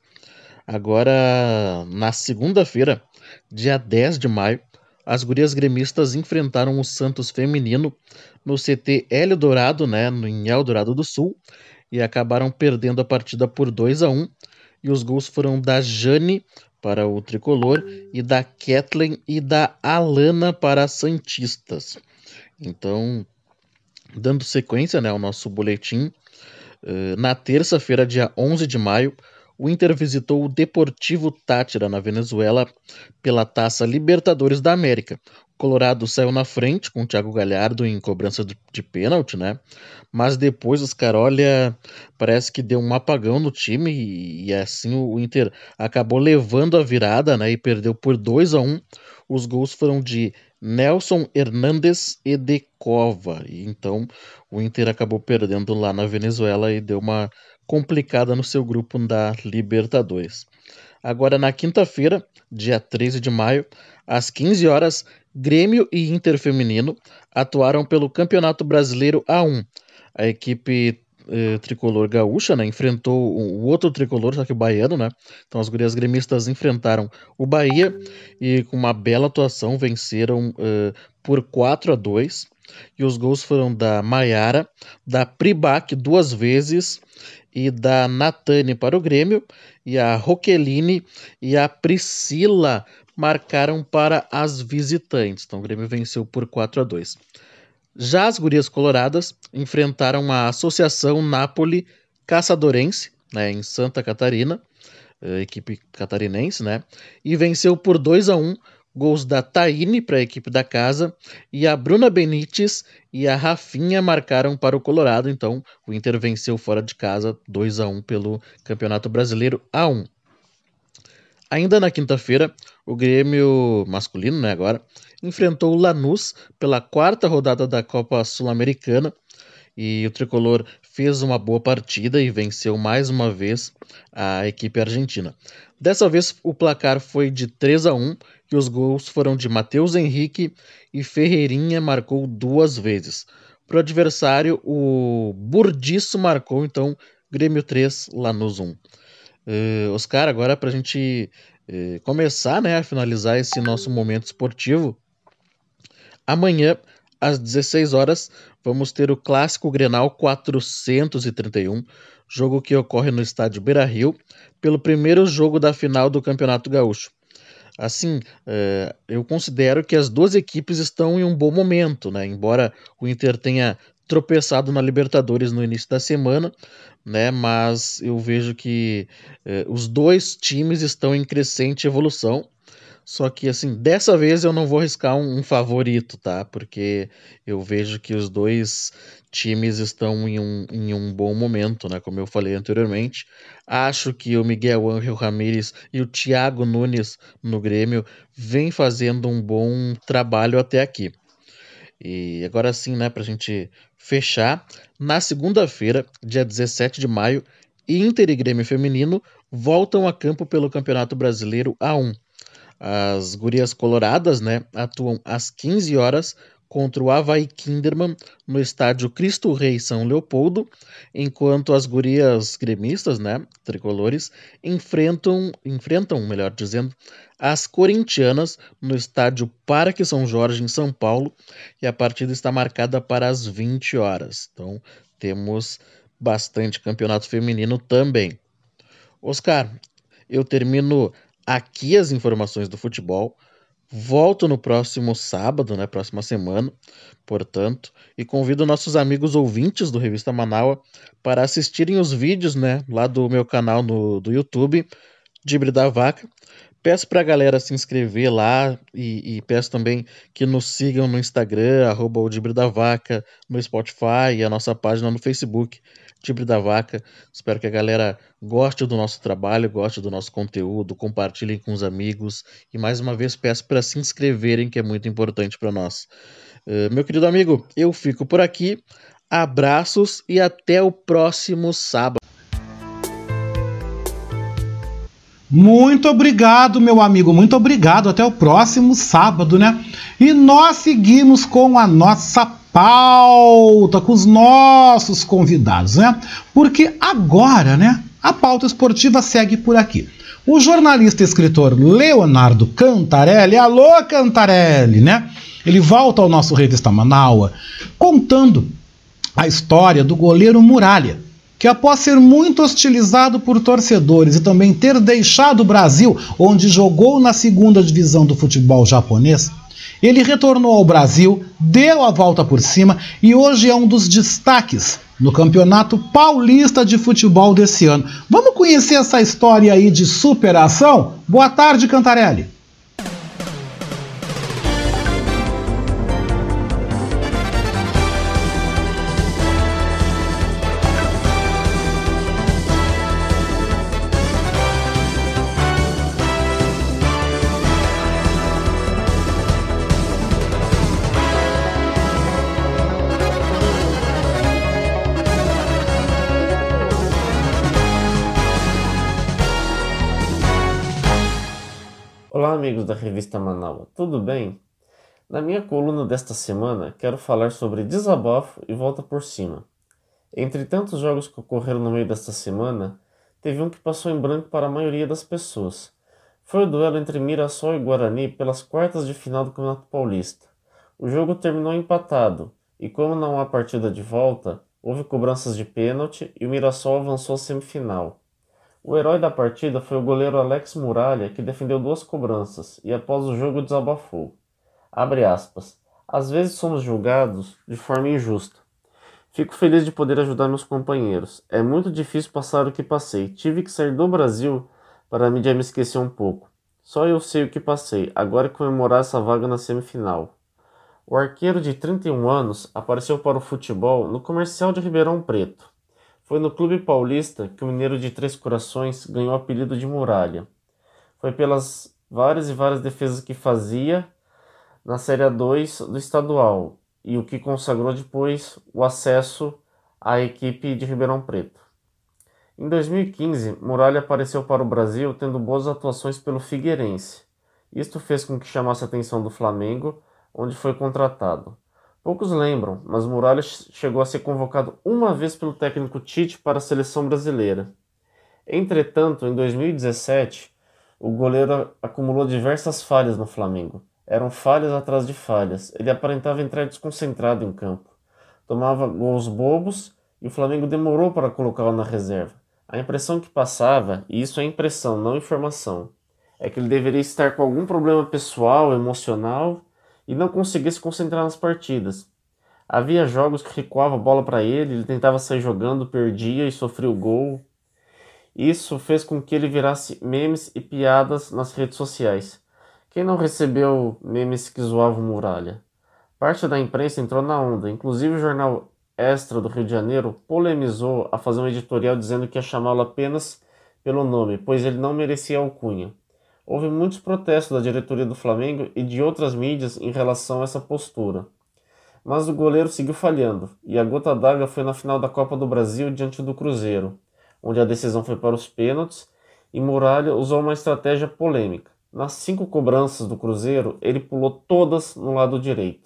Agora, na segunda-feira, dia 10 de maio, as gurias gremistas enfrentaram o Santos feminino no CT Hélio Dourado, né, em Eldorado do Sul, e acabaram perdendo a partida por 2-1, e os gols foram da Jane para o Tricolor e da Kathleen e da Alana para as Santistas. Então, dando sequência, né, ao nosso boletim, na terça-feira, dia 11 de maio, o Inter visitou o Deportivo Táchira, na Venezuela, pela Taça Libertadores da América. O Colorado saiu na frente com o Thiago Galhardo em cobrança de pênalti, né? Mas depois os caras, olha, parece que deu um apagão no time e assim o Inter acabou levando a virada, né? E perdeu por 2-1. Os gols foram de Nelson Hernandes e de Cova. E então o Inter acabou perdendo lá na Venezuela e deu uma complicada no seu grupo da Libertadores. Agora na quinta-feira, dia 13 de maio, às 15 horas, Grêmio e Inter feminino atuaram pelo Campeonato Brasileiro A1. A equipe tricolor gaúcha, né, enfrentou o outro tricolor, só que o baiano, né? Então as gurias gremistas enfrentaram o Bahia e com uma bela atuação venceram por 4-2. E os gols foram da Maiara, da Pribac 2 vezes e da Natane para o Grêmio, e a Roqueline e a Priscila marcaram para as visitantes. Então o Grêmio venceu por 4-2. Já as gurias coloradas enfrentaram a Associação Napoli Caçadorense, né, em Santa Catarina, equipe catarinense, né, e venceu por 2-1 gols da Taine para a equipe da casa e a Bruna Benítez e a Rafinha marcaram para o Colorado. Então o Inter venceu fora de casa 2-1 pelo Campeonato Brasileiro A1. Ainda na quinta-feira, o Grêmio masculino, agora, enfrentou o Lanús pela 4ª rodada da Copa Sul-Americana e o tricolor fez uma boa partida e venceu mais uma vez a equipe argentina. Dessa vez o placar foi de 3-1 e os gols foram de Matheus Henrique e Ferreirinha marcou 2 vezes. Para o adversário, o Burdiço marcou, então Grêmio 3, Lanús 1. Oscar, agora para a gente começar, a finalizar esse nosso momento esportivo, amanhã, às 16 horas, vamos ter o Clássico Grenal 431, jogo que ocorre no estádio Beira-Rio, pelo primeiro jogo da final do Campeonato Gaúcho. Assim, eu considero que as duas equipes estão em um bom momento, embora o Inter tenha tropeçado na Libertadores no início da semana, mas eu vejo que os dois times estão em crescente evolução. Só que, assim, dessa vez eu não vou arriscar um favorito, tá? Porque eu vejo que os dois times estão em um bom momento, como eu falei anteriormente. Acho que o Miguel Ángel Ramírez e o Thiago Nunes no Grêmio vêm fazendo um bom trabalho até aqui. E agora sim, pra gente fechar, na segunda-feira, dia 17 de maio, Inter e Grêmio Feminino voltam a campo pelo Campeonato Brasileiro A1. As gurias coloradas, atuam às 15 horas contra o Avaí Kinderman no estádio Cristo Rei São Leopoldo, enquanto as gurias gremistas, tricolores, enfrentam, melhor dizendo, as corintianas no estádio Parque São Jorge em São Paulo, e a partida está marcada para as 20 horas. Então, temos bastante campeonato feminino também. Oscar, eu termino aqui as informações do futebol. Volto no próximo sábado, próxima semana, portanto, e convido nossos amigos ouvintes do Revista Manaua para assistirem os vídeos, lá do meu canal do YouTube, Dibre da Vaca. Peço para a galera se inscrever lá e peço também que nos sigam no Instagram, @odibredavaca, no Spotify e a nossa página no Facebook, Dibre da Vaca. Espero que a galera goste do nosso trabalho, goste do nosso conteúdo, compartilhem com os amigos e mais uma vez peço para se inscreverem, que é muito importante para nós. Meu querido amigo, eu fico por aqui. Abraços e até o próximo sábado. Muito obrigado, meu amigo, muito obrigado. Até o próximo sábado, E nós seguimos com a nossa pauta, com os nossos convidados, Porque agora, a pauta esportiva segue por aqui. O jornalista e escritor Leonardo Cantarelli, alô Cantarelli, Ele volta ao nosso Revista Manaua contando a história do goleiro Muralha, que após ser muito hostilizado por torcedores e também ter deixado o Brasil, onde jogou na 2ª divisão do futebol japonês, ele retornou ao Brasil, deu a volta por cima e hoje é um dos destaques no Campeonato Paulista de Futebol desse ano. Vamos conhecer essa história aí de superação? Boa tarde, Cantarelli. Olá, amigos da Revista Manaua, tudo bem? Na minha coluna desta semana, quero falar sobre desabafo e volta por cima. Entre tantos jogos que ocorreram no meio desta semana, teve um que passou em branco para a maioria das pessoas. Foi o duelo entre Mirassol e Guarani pelas quartas de final do Campeonato Paulista. O jogo terminou empatado, e como não há partida de volta, houve cobranças de pênalti e o Mirassol avançou à semifinal. O herói da partida foi o goleiro Alex Muralha, que defendeu 2 cobranças e após o jogo desabafou. Abre aspas. Às vezes somos julgados de forma injusta. Fico feliz de poder ajudar meus companheiros. É muito difícil passar o que passei. Tive que sair do Brasil para a mídia me esquecer um pouco. Só eu sei o que passei, agora é comemorar essa vaga na semifinal. O arqueiro de 31 anos apareceu para o futebol no Comercial de Ribeirão Preto. Foi no Clube Paulista que o mineiro de Três Corações ganhou o apelido de Muralha. Foi pelas várias e várias defesas que fazia na Série A2 do estadual e o que consagrou depois o acesso à equipe de Ribeirão Preto. Em 2015, Muralha apareceu para o Brasil tendo boas atuações pelo Figueirense. Isto fez com que chamasse a atenção do Flamengo, onde foi contratado. Poucos lembram, mas Muralha chegou a ser convocado uma vez pelo técnico Tite para a seleção brasileira. Entretanto, em 2017, o goleiro acumulou diversas falhas no Flamengo. Eram falhas atrás de falhas. Ele aparentava entrar desconcentrado em campo. Tomava gols bobos e o Flamengo demorou para colocá-lo na reserva. A impressão que passava, e isso é impressão, não informação, é que ele deveria estar com algum problema pessoal, emocional, e não conseguia se concentrar nas partidas. Havia jogos que recuava a bola para ele tentava sair jogando, perdia e sofria o gol. Isso fez com que ele virasse memes e piadas nas redes sociais. Quem não recebeu memes que zoavam Muralha? Parte da imprensa entrou na onda, inclusive o jornal Extra do Rio de Janeiro polemizou a fazer um editorial dizendo que ia chamá-lo apenas pelo nome, pois ele não merecia alcunha. Houve muitos protestos da diretoria do Flamengo e de outras mídias em relação a essa postura. Mas o goleiro seguiu falhando, e a gota d'água foi na final da Copa do Brasil diante do Cruzeiro, onde a decisão foi para os pênaltis, e Muralha usou uma estratégia polêmica. Nas 5 cobranças do Cruzeiro, ele pulou todas no lado direito.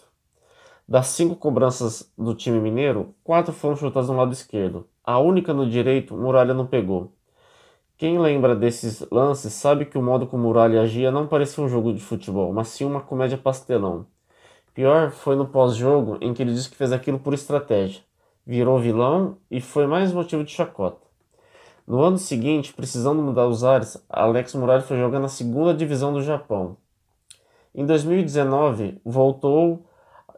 Das 5 cobranças do time mineiro, 4 foram chutadas no lado esquerdo. A única no direito, Muralha não pegou. Quem lembra desses lances sabe que o modo como Muralha agia não parecia um jogo de futebol, mas sim uma comédia pastelão. Pior foi no pós-jogo, em que ele disse que fez aquilo por estratégia. Virou vilão e foi mais motivo de chacota. No ano seguinte, precisando mudar os ares, Alex Muralha foi jogar na 2ª divisão do Japão. Em 2019, voltou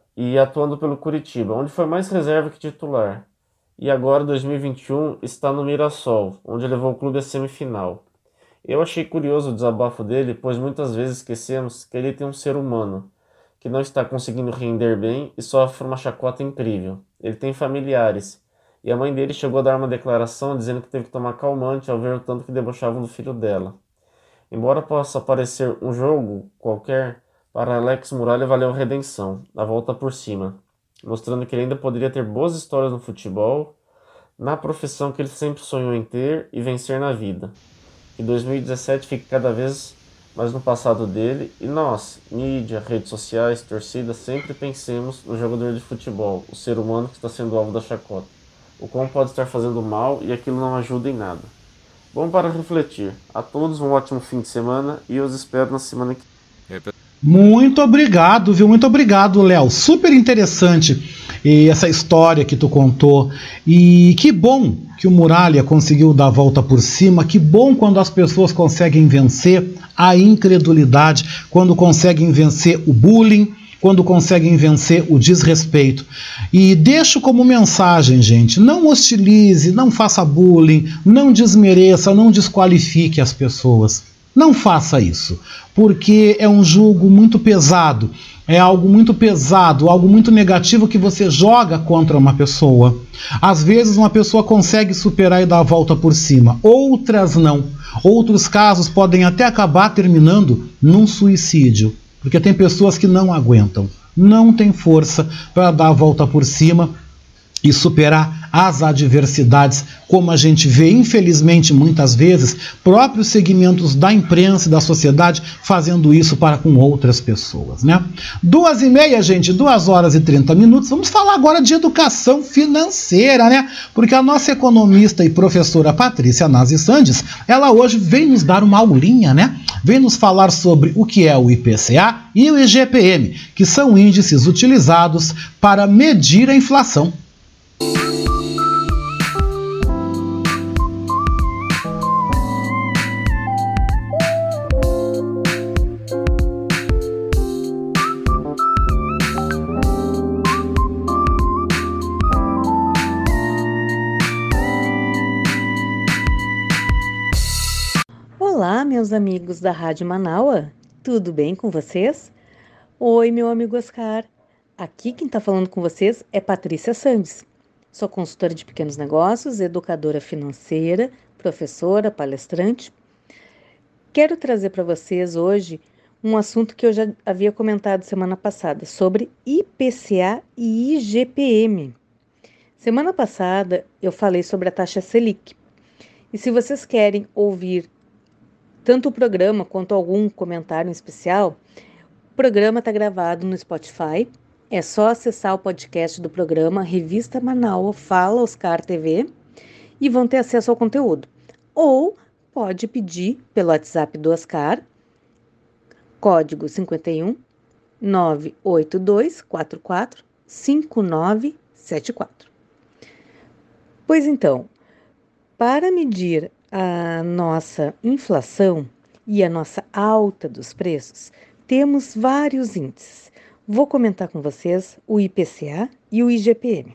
e atuando pelo Curitiba, onde foi mais reserva que titular. E agora, 2021, está no Mirassol, onde levou o clube à semifinal. Eu achei curioso o desabafo dele, pois muitas vezes esquecemos que ele tem um ser humano, que não está conseguindo render bem e sofre uma chacota incrível. Ele tem familiares, e a mãe dele chegou a dar uma declaração dizendo que teve que tomar calmante ao ver o tanto que debochavam do filho dela. Embora possa parecer um jogo qualquer, para Alex Muralha valeu a redenção, a volta por cima, mostrando que ele ainda poderia ter boas histórias no futebol, na profissão que ele sempre sonhou em ter e vencer na vida. Que 2017 fique cada vez mais no passado dele e nós, mídia, redes sociais, torcida, sempre pensemos no jogador de futebol, o ser humano que está sendo alvo da chacota. O qual pode estar fazendo mal e aquilo não ajuda em nada. Bom para refletir. A todos um ótimo fim de semana e eu os espero na semana que vem. Muito obrigado, viu? Muito obrigado, Léo. Super interessante essa história que tu contou. E que bom que o Muralha conseguiu dar a volta por cima. Que bom quando as pessoas conseguem vencer a incredulidade, quando conseguem vencer o bullying, quando conseguem vencer o desrespeito. E deixo como mensagem, gente, não hostilize, não faça bullying, não desmereça, não desqualifique as pessoas. Não faça isso, porque é um julgo muito pesado, é algo muito pesado, algo muito negativo que você joga contra uma pessoa. Às vezes uma pessoa consegue superar e dar a volta por cima, outras não. Outros casos podem até acabar terminando num suicídio, porque tem pessoas que não aguentam, não têm força para dar a volta por cima e superar as adversidades, como a gente vê, infelizmente, muitas vezes, próprios segmentos da imprensa e da sociedade fazendo isso para com outras pessoas, né? 2h30, gente, 2h30. Vamos falar agora de educação financeira, né? Porque a nossa economista e professora Patrícia Nazi Sandes, ela hoje vem nos dar uma aulinha, né? Vem nos falar sobre o que é o IPCA e o IGPM, que são índices utilizados para medir a inflação. Olá, Olá, meus amigos da Rádio Manaua, tudo bem com vocês? Oi, meu amigo Oscar. Aqui quem está falando com vocês é Patrícia Sandes. Sou consultora de pequenos negócios, educadora financeira, professora, palestrante. Quero trazer para vocês hoje um assunto que eu já havia comentado semana passada, sobre IPCA e IGPM. Semana passada eu falei sobre a taxa Selic. E se vocês querem ouvir tanto o programa quanto algum comentário em especial, o programa está gravado no Spotify. É só acessar o podcast do programa Revista Manaua Fala Oscar TV e vão ter acesso ao conteúdo. Ou pode pedir pelo WhatsApp do Oscar, código 51 982 44 5974. Pois então, para medir a nossa inflação e a nossa alta dos preços, temos vários índices. Vou comentar com vocês o IPCA e o IGPM.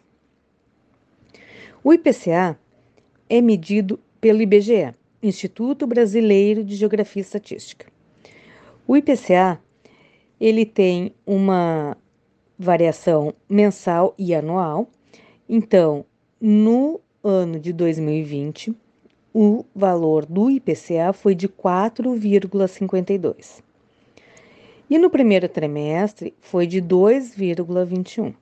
O IPCA é medido pelo IBGE, Instituto Brasileiro de Geografia e Estatística. O IPCA, ele tem uma variação mensal e anual. Então, no ano de 2020, o valor do IPCA foi de 4,52. E no primeiro trimestre foi de 2,21.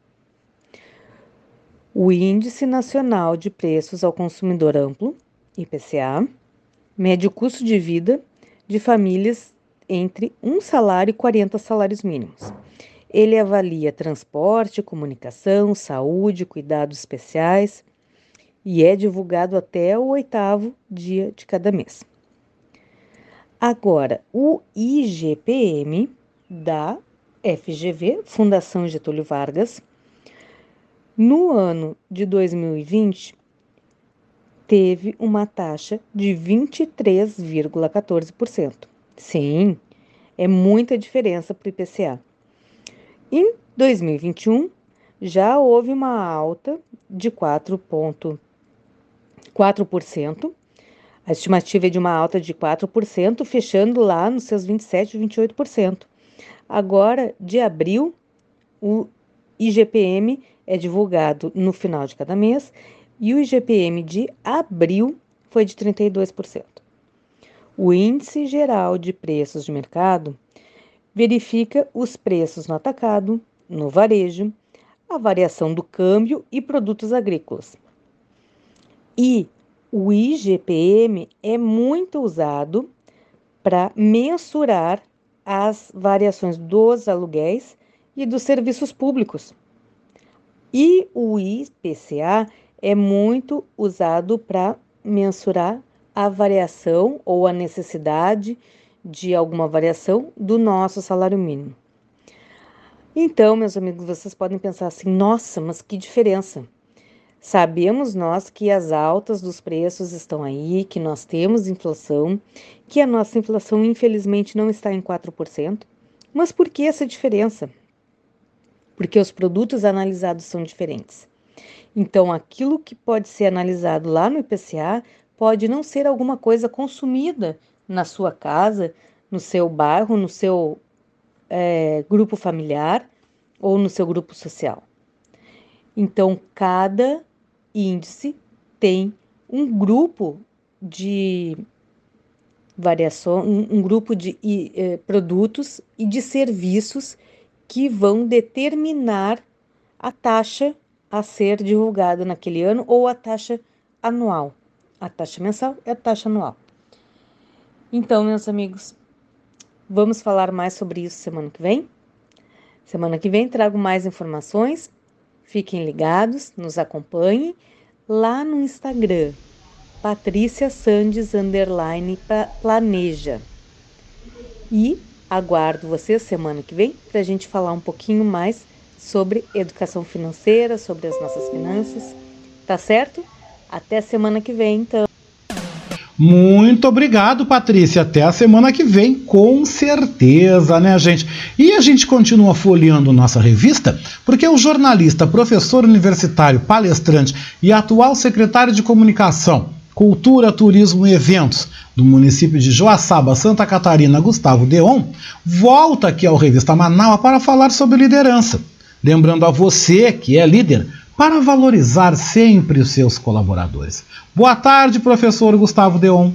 O Índice Nacional de Preços ao Consumidor Amplo, IPCA, mede o custo de vida de famílias entre 1 salário e 40 salários mínimos. Ele avalia transporte, comunicação, saúde, cuidados especiais, e é divulgado até o 8º dia de cada mês. Agora, o IGPM da FGV, Fundação Getúlio Vargas, no ano de 2020, teve uma taxa de 23,14%. Sim, é muita diferença para o IPCA. Em 2021, já houve uma alta de 4%. A estimativa é de uma alta de 4%, fechando lá nos seus 27%, 28%. Agora, de abril, o IGPM é divulgado no final de cada mês e o IGPM de abril foi de 32%. O Índice Geral de Preços de Mercado verifica os preços no atacado, no varejo, a variação do câmbio e produtos agrícolas. E o IGPM é muito usado para mensurar as variações dos aluguéis e dos serviços públicos. E o IPCA é muito usado para mensurar a variação ou a necessidade de alguma variação do nosso salário mínimo. Então, meus amigos, vocês podem pensar assim, nossa, mas que diferença! Sabemos nós que as altas dos preços estão aí, que nós temos inflação, que a nossa inflação infelizmente não está em 4%. Mas por que essa diferença? Porque os produtos analisados são diferentes. Então, aquilo que pode ser analisado lá no IPCA pode não ser alguma coisa consumida na sua casa, no seu bairro, no seu grupo familiar ou no seu grupo social. Então, cada índice tem um grupo de variação, um grupo de produtos e de serviços que vão determinar a taxa a ser divulgada naquele ano ou a taxa anual. A taxa mensal é a taxa anual. Então, meus amigos, vamos falar mais sobre isso semana que vem? Semana que vem trago mais informações. Fiquem ligados, nos acompanhem lá no Instagram, Patrícia Sandes _planeja. E aguardo vocês semana que vem para a gente falar um pouquinho mais sobre educação financeira, sobre as nossas finanças. Tá certo? Até semana que vem, então. Muito obrigado, Patrícia. Até a semana que vem, com certeza, né, gente? E a gente continua folheando nossa revista, porque o jornalista, professor universitário, palestrante e atual secretário de comunicação, Cultura, Turismo e Eventos do município de Joaçaba, Santa Catarina, Gustavo Deon, volta aqui ao Revista Manaus para falar sobre liderança. Lembrando a você que é líder, para valorizar sempre os seus colaboradores. Boa tarde, professor Gustavo Deon.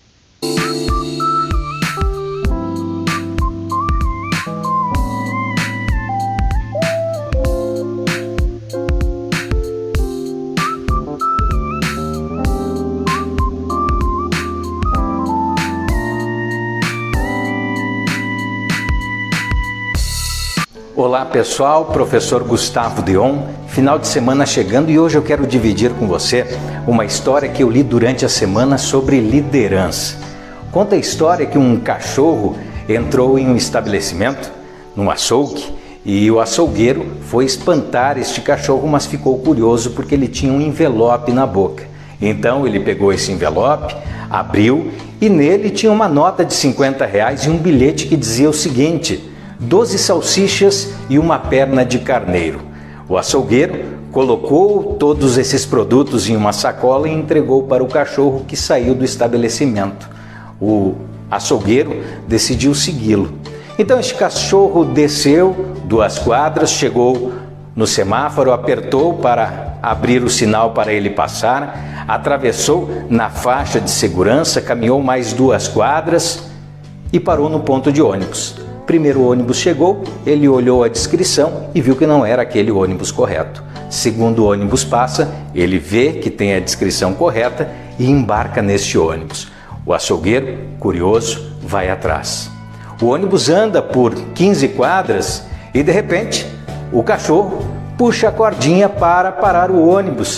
Olá pessoal, professor Gustavo Deon, final de semana chegando e hoje eu quero dividir com você uma história que eu li durante a semana sobre liderança. Conta a história que um cachorro entrou em um estabelecimento, num açougue, e o açougueiro foi espantar este cachorro, mas ficou curioso porque ele tinha um envelope na boca. Então ele pegou esse envelope, abriu e nele tinha uma nota de R$50 e um bilhete que dizia o seguinte: 12 salsichas e uma perna de carneiro. O açougueiro colocou todos esses produtos em uma sacola e entregou para o cachorro, que saiu do estabelecimento. O açougueiro decidiu segui-lo. Então este cachorro desceu 2 quadras, chegou no semáforo, apertou para abrir o sinal para ele passar, atravessou na faixa de segurança, caminhou mais 2 quadras e parou no ponto de ônibus. Primeiro ônibus chegou, ele olhou a descrição e viu que não era aquele ônibus correto. Segundo ônibus passa, ele vê que tem a descrição correta e embarca neste ônibus. O açougueiro, curioso, vai atrás. O ônibus anda por 15 quadras e de repente o cachorro puxa a cordinha para parar o ônibus.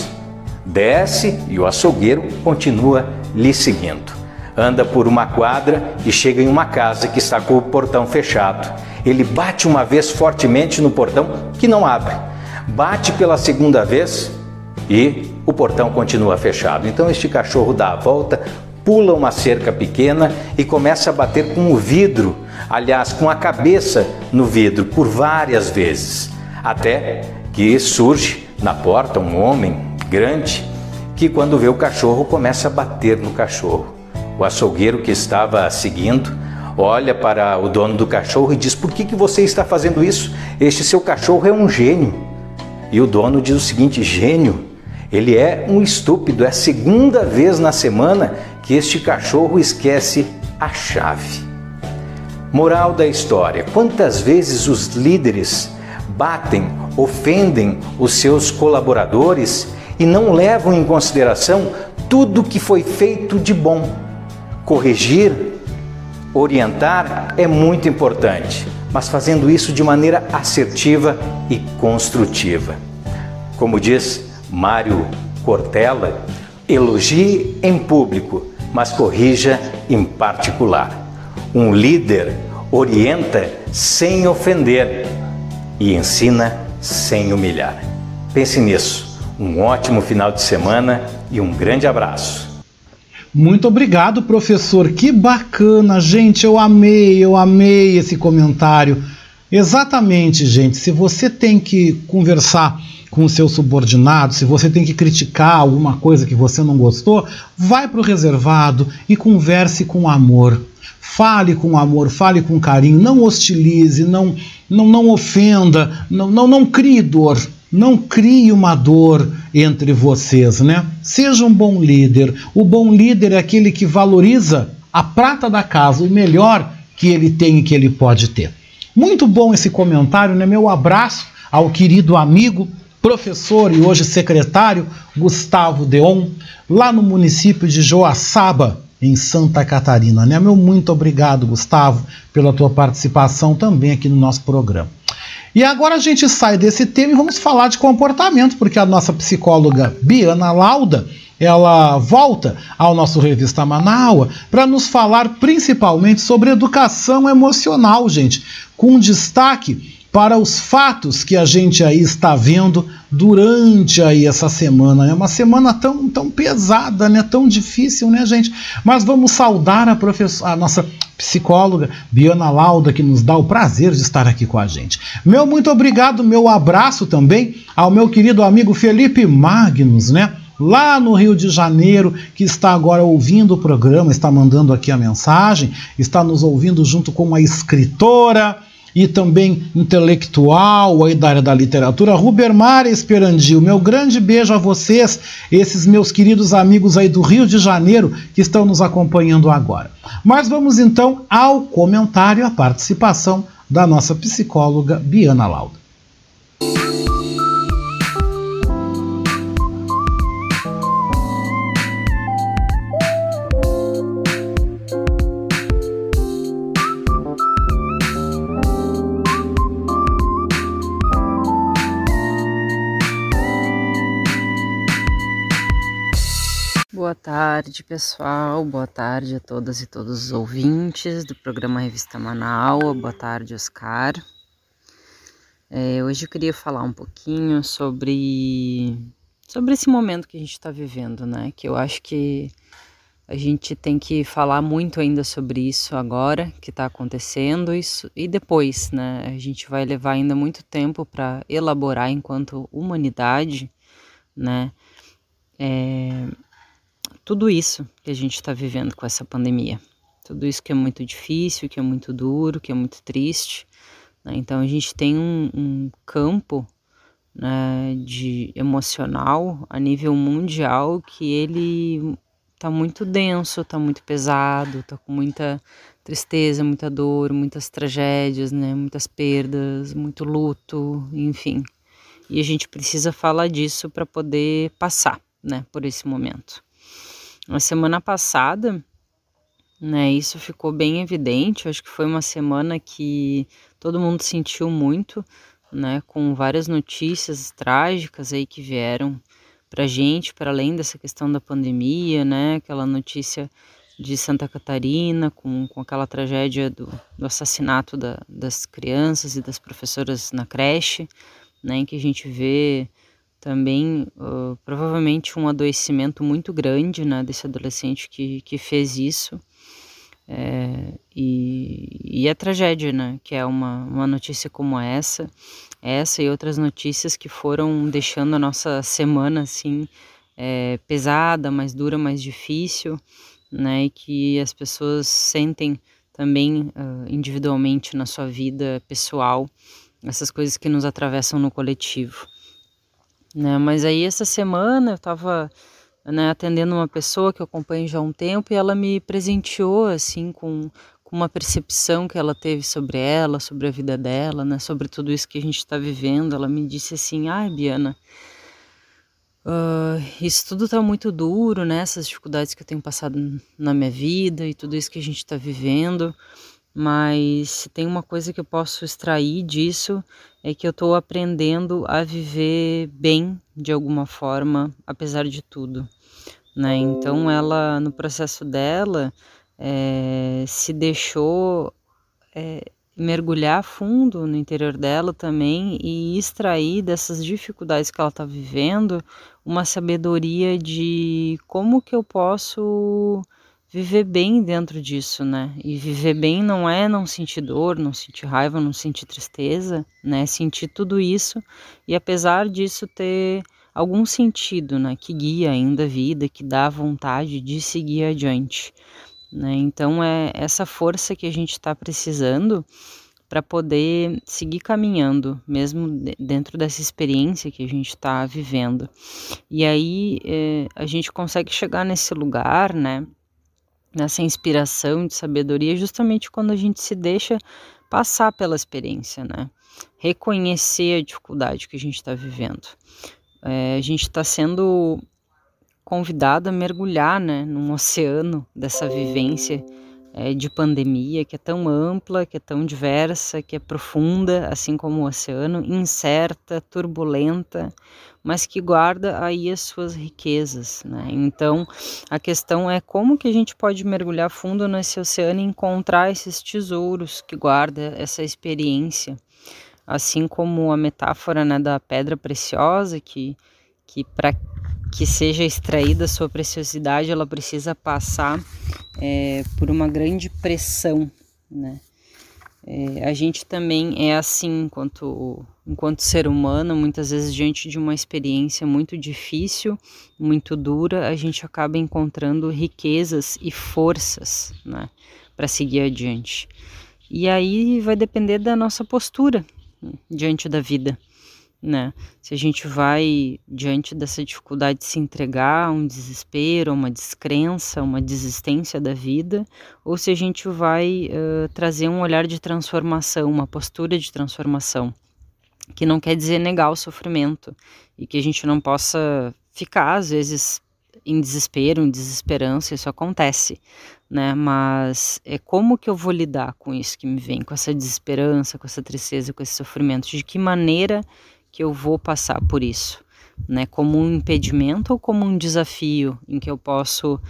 Desce e o açougueiro continua lhe seguindo. Anda por uma quadra e chega em uma casa que está com o portão fechado. Ele bate uma vez fortemente no portão, que não abre. Bate pela segunda vez e o portão continua fechado. Então este cachorro dá a volta, pula uma cerca pequena e começa a bater com o vidro, aliás, com a cabeça no vidro, por várias vezes. Até que surge na porta um homem grande que, quando vê o cachorro, começa a bater no cachorro. O açougueiro, que estava seguindo, olha para o dono do cachorro e diz: por que você está fazendo isso? Este seu cachorro é um gênio. E o dono diz o seguinte: gênio? Ele é um estúpido. É a segunda vez na semana que este cachorro esquece a chave. Moral da história: quantas vezes os líderes batem, ofendem os seus colaboradores e não levam em consideração tudo que foi feito de bom. Corrigir, orientar é muito importante, mas fazendo isso de maneira assertiva e construtiva. Como diz Mário Cortella, elogie em público, mas corrija em particular. Um líder orienta sem ofender e ensina sem humilhar. Pense nisso. Um ótimo final de semana e um grande abraço. Muito obrigado, professor. Que bacana, gente. Eu amei esse comentário. Exatamente, gente. Se você tem que conversar com o seu subordinado, se você tem que criticar alguma coisa que você não gostou, vai para o reservado e converse com amor. Fale com amor, fale com carinho. Não hostilize, não ofenda, não crie dor. Não crie uma dor entre vocês, né? Seja um bom líder. O bom líder é aquele que valoriza a prata da casa, o melhor que ele tem e que ele pode ter. Muito bom esse comentário, né? Meu abraço ao querido amigo, professor e hoje secretário Gustavo Deon, lá no município de Joaçaba, em Santa Catarina, né? Meu muito obrigado, Gustavo, pela tua participação também aqui no nosso programa. E agora a gente sai desse tema e vamos falar de comportamento, porque a nossa psicóloga Biana Lauda, ela volta ao nosso Revista Manaus para nos falar principalmente sobre educação emocional, gente, com destaque para os fatos que a gente aí está vendo durante aí essa semana. É uma semana tão pesada, né? Tão difícil, né, gente? Mas vamos saudar a nossa psicóloga Biana Lauda, que nos dá o prazer de estar aqui com a gente. Meu muito obrigado, meu abraço também ao meu querido amigo Felipe Magnus, né? lá no Rio de Janeiro, que está agora ouvindo o programa, está mandando aqui a mensagem, está nos ouvindo junto com uma escritora e também intelectual aí da área da literatura, Rubermar Esperandil. Meu grande beijo a vocês, esses meus queridos amigos aí do Rio de Janeiro que estão nos acompanhando agora. Mas vamos então ao comentário, a participação da nossa psicóloga Biana Lauda. Boa tarde, pessoal. Boa tarde a todas e todos os ouvintes do programa Revista Manaua. Boa tarde, Oscar. Hoje eu queria falar um pouquinho sobre esse momento que a gente está vivendo, né? Que eu acho que a gente tem que falar muito ainda sobre isso agora, que está acontecendo, isso, e depois, né? A gente vai levar ainda muito tempo para elaborar enquanto humanidade, né? Tudo isso que a gente está vivendo com essa pandemia, tudo isso que é muito difícil, que é muito duro, que é muito triste, né? Então a gente tem um campo, né, de emocional a nível mundial que ele está muito denso, está muito pesado, está com muita tristeza, muita dor, muitas tragédias, né, muitas perdas, muito luto, enfim. E a gente precisa falar disso para poder passar, né, por esse momento. Na semana passada, né, isso ficou bem evidente. Eu acho que foi uma semana que todo mundo sentiu muito, né, com várias notícias trágicas aí que vieram pra gente, para além dessa questão da pandemia, né, aquela notícia de Santa Catarina com aquela tragédia do assassinato das crianças e das professoras na creche, né, em que a gente vê também provavelmente um adoecimento muito grande, né, desse adolescente que fez isso, e a tragédia, né, que é uma notícia como essa e outras notícias que foram deixando a nossa semana assim pesada, mais dura, mais difícil, né, e que as pessoas sentem também individualmente na sua vida pessoal, essas coisas que nos atravessam no coletivo. Né, mas aí essa semana eu estava, né, atendendo uma pessoa que eu acompanho já há um tempo e ela me presenteou assim com uma percepção que ela teve sobre ela, sobre a vida dela, né, sobre tudo isso que a gente está vivendo. Ela me disse assim: ai, Biana, isso tudo está muito duro, né, essas dificuldades que eu tenho passado na minha vida e tudo isso que a gente está vivendo, mas se tem uma coisa que eu posso extrair disso é que eu estou aprendendo a viver bem de alguma forma, apesar de tudo, né? Então ela, no processo dela, se deixou mergulhar fundo no interior dela também e extrair dessas dificuldades que ela está vivendo uma sabedoria de como que eu posso viver bem dentro disso, né? E viver bem não é não sentir dor, não sentir raiva, não sentir tristeza, né? Sentir tudo isso e apesar disso ter algum sentido, né? Que guia ainda a vida, que dá vontade de seguir adiante, né? Então é essa força que a gente está precisando para poder seguir caminhando, mesmo dentro dessa experiência que a gente está vivendo. E aí a gente consegue chegar nesse lugar, né? Nessa inspiração de sabedoria, justamente quando a gente se deixa passar pela experiência, né? Reconhecer a dificuldade que a gente está vivendo. A gente está sendo convidado a mergulhar, né, num oceano dessa vivência de pandemia que é tão ampla, que é tão diversa, que é profunda, assim como o oceano, incerta, turbulenta, mas que guarda aí as suas riquezas, né? Então, a questão é como que a gente pode mergulhar fundo nesse oceano e encontrar esses tesouros que guarda essa experiência, assim como a metáfora, né, da pedra preciosa, que para que seja extraída a sua preciosidade, ela precisa passar por uma grande pressão, né? A gente também é assim enquanto ser humano, muitas vezes diante de uma experiência muito difícil, muito dura, a gente acaba encontrando riquezas e forças, né, para seguir adiante. E aí vai depender da nossa postura diante da vida, né? Se a gente vai diante dessa dificuldade de se entregar a um desespero, a uma descrença, uma desistência da vida, ou se a gente vai trazer um olhar de transformação, uma postura de transformação, que não quer dizer negar o sofrimento e que a gente não possa ficar às vezes em desespero, em desesperança, isso acontece, né? Mas é como que eu vou lidar com isso que me vem, com essa desesperança, com essa tristeza, com esse sofrimento, de que maneira que eu vou passar por isso, né? Como um impedimento ou como um desafio em que eu posso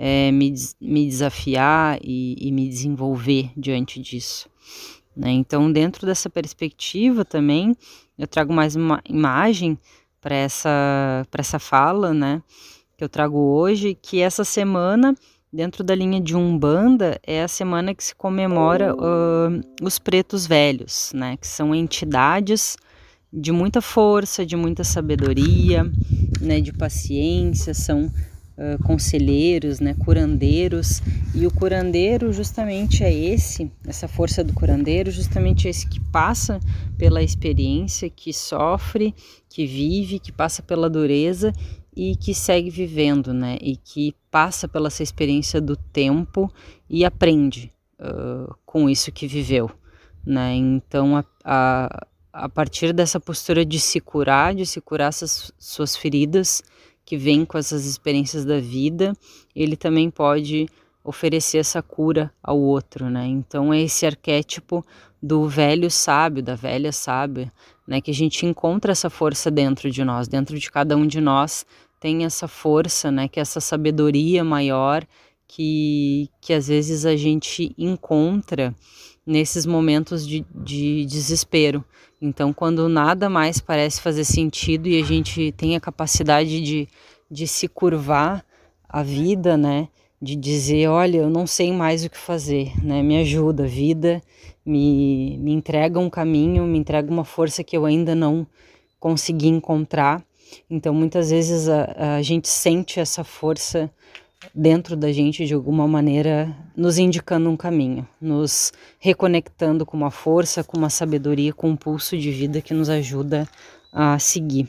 me desafiar e me desenvolver diante disso, né? Então, dentro dessa perspectiva também, eu trago mais uma imagem para essa fala, né, que eu trago hoje, que essa semana, dentro da linha de Umbanda, é a semana que se comemora os pretos velhos, né, que são entidades de muita força, de muita sabedoria, né, de paciência, são conselheiros, né, curandeiros, e o curandeiro justamente é essa força do curandeiro justamente é esse que passa pela experiência, que sofre, que vive, que passa pela dureza e que segue vivendo, né, e que passa pela essa experiência do tempo e aprende com isso que viveu, né. Então a partir dessa postura de se curar essas suas feridas que vem com essas experiências da vida, ele também pode oferecer essa cura ao outro, né? Então é esse arquétipo do velho sábio, da velha sábia, né? Que a gente encontra essa força dentro de nós, dentro de cada um de nós tem essa força, né? Que é essa sabedoria maior que às vezes a gente encontra nesses momentos de desespero. Então, quando nada mais parece fazer sentido e a gente tem a capacidade de se curvar a vida, né? De dizer, olha, eu não sei mais o que fazer, né? Me ajuda, vida, me entrega um caminho, me entrega uma força que eu ainda não consegui encontrar. Então, muitas vezes a gente sente essa força dentro da gente de alguma maneira nos indicando um caminho, nos reconectando com uma força, com uma sabedoria, com um pulso de vida que nos ajuda a seguir.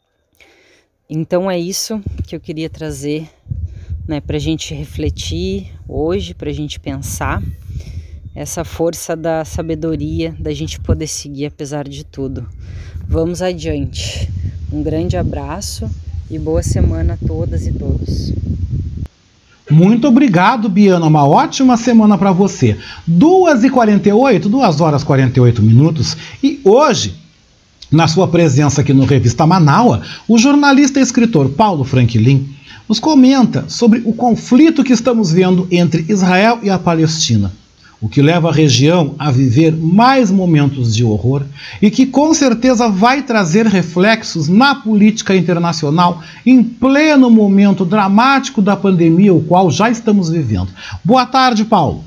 Então é isso que eu queria trazer, né, para a gente refletir hoje, para a gente pensar essa força da sabedoria, da gente poder seguir apesar de tudo. Vamos adiante. Um grande abraço e boa semana a todas e todos. Muito obrigado, Biana. Uma ótima semana para você. 2h48, 2 horas e 48 minutos. E hoje, na sua presença aqui no Revista Manaua, o jornalista e escritor Paulo Franklin nos comenta sobre o conflito que estamos vendo entre Israel e a Palestina, o que leva a região a viver mais momentos de horror e que com certeza vai trazer reflexos na política internacional em pleno momento dramático da pandemia, o qual já estamos vivendo. Boa tarde, Paulo.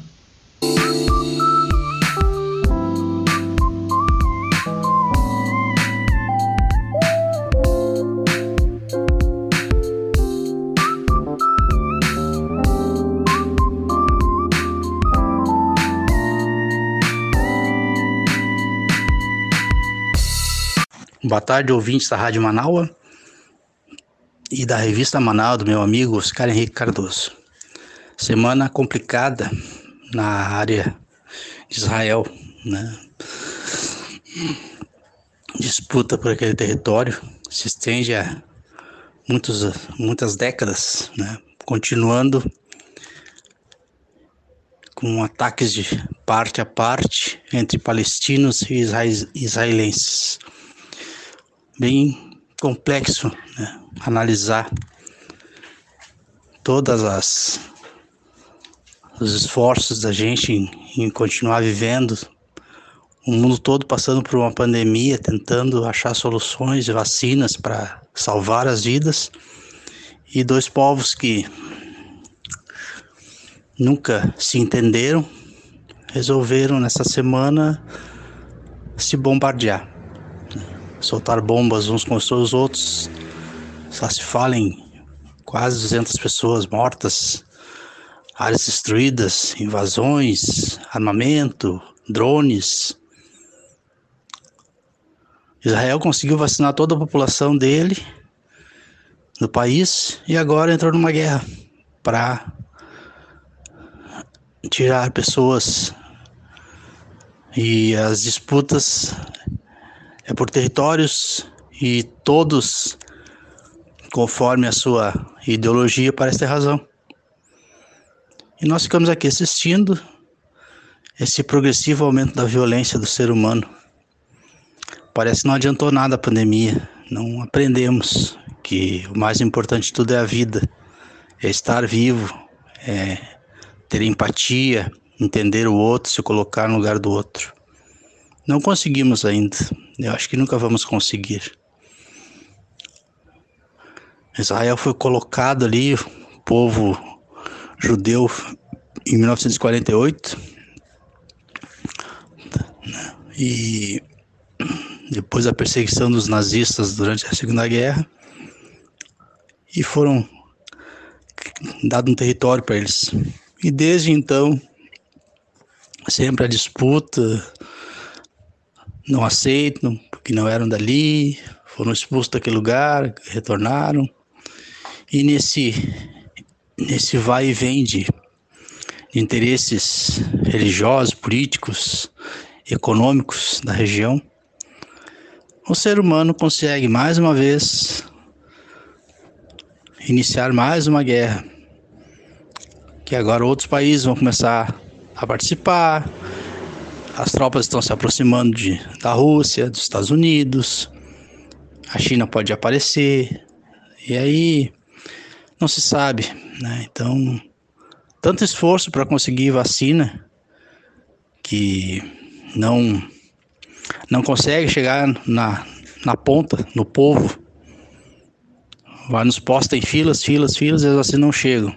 Boa tarde, ouvintes da Rádio Manaua e da Revista Manaua, do meu amigo Oscar Henrique Cardoso. Semana complicada na área de Israel, né? Disputa por aquele território se estende a muitas décadas, né? Continuando com ataques de parte a parte entre palestinos e israelenses. Bem complexo, né? Analisar todas os esforços da gente em continuar vivendo, o mundo todo passando por uma pandemia, tentando achar soluções e vacinas para salvar as vidas, e dois povos que nunca se entenderam, resolveram nessa semana se bombardear, soltar bombas uns com os outros. Só se fala em quase 200 pessoas mortas, áreas destruídas, invasões, armamento, drones. Israel conseguiu vacinar toda a população dele, do país, e agora entrou numa guerra para tirar pessoas. E as disputas é por territórios e todos, conforme a sua ideologia, parecem ter razão. E nós ficamos aqui assistindo esse progressivo aumento da violência do ser humano. Parece que não adiantou nada a pandemia, não aprendemos que o mais importante de tudo é a vida, é estar vivo, é ter empatia, entender o outro, se colocar no lugar do outro. Não conseguimos ainda, eu acho que nunca vamos conseguir. Israel foi colocado ali, o povo judeu, em 1948, e depois da perseguição dos nazistas durante a Segunda Guerra, e foram dado um território para eles. E desde então, sempre a disputa, não aceitam, porque não eram dali, foram expulsos daquele lugar, retornaram. E nesse vai e vem de interesses religiosos, políticos, econômicos da região, o ser humano consegue mais uma vez iniciar mais uma guerra, que agora outros países vão começar a participar, as tropas estão se aproximando da Rússia, dos Estados Unidos, a China pode aparecer, e aí não se sabe, né? Então, tanto esforço para conseguir vacina que não consegue chegar na ponta, no povo. Vai nos postos, tem filas, e as vacinas não chegam.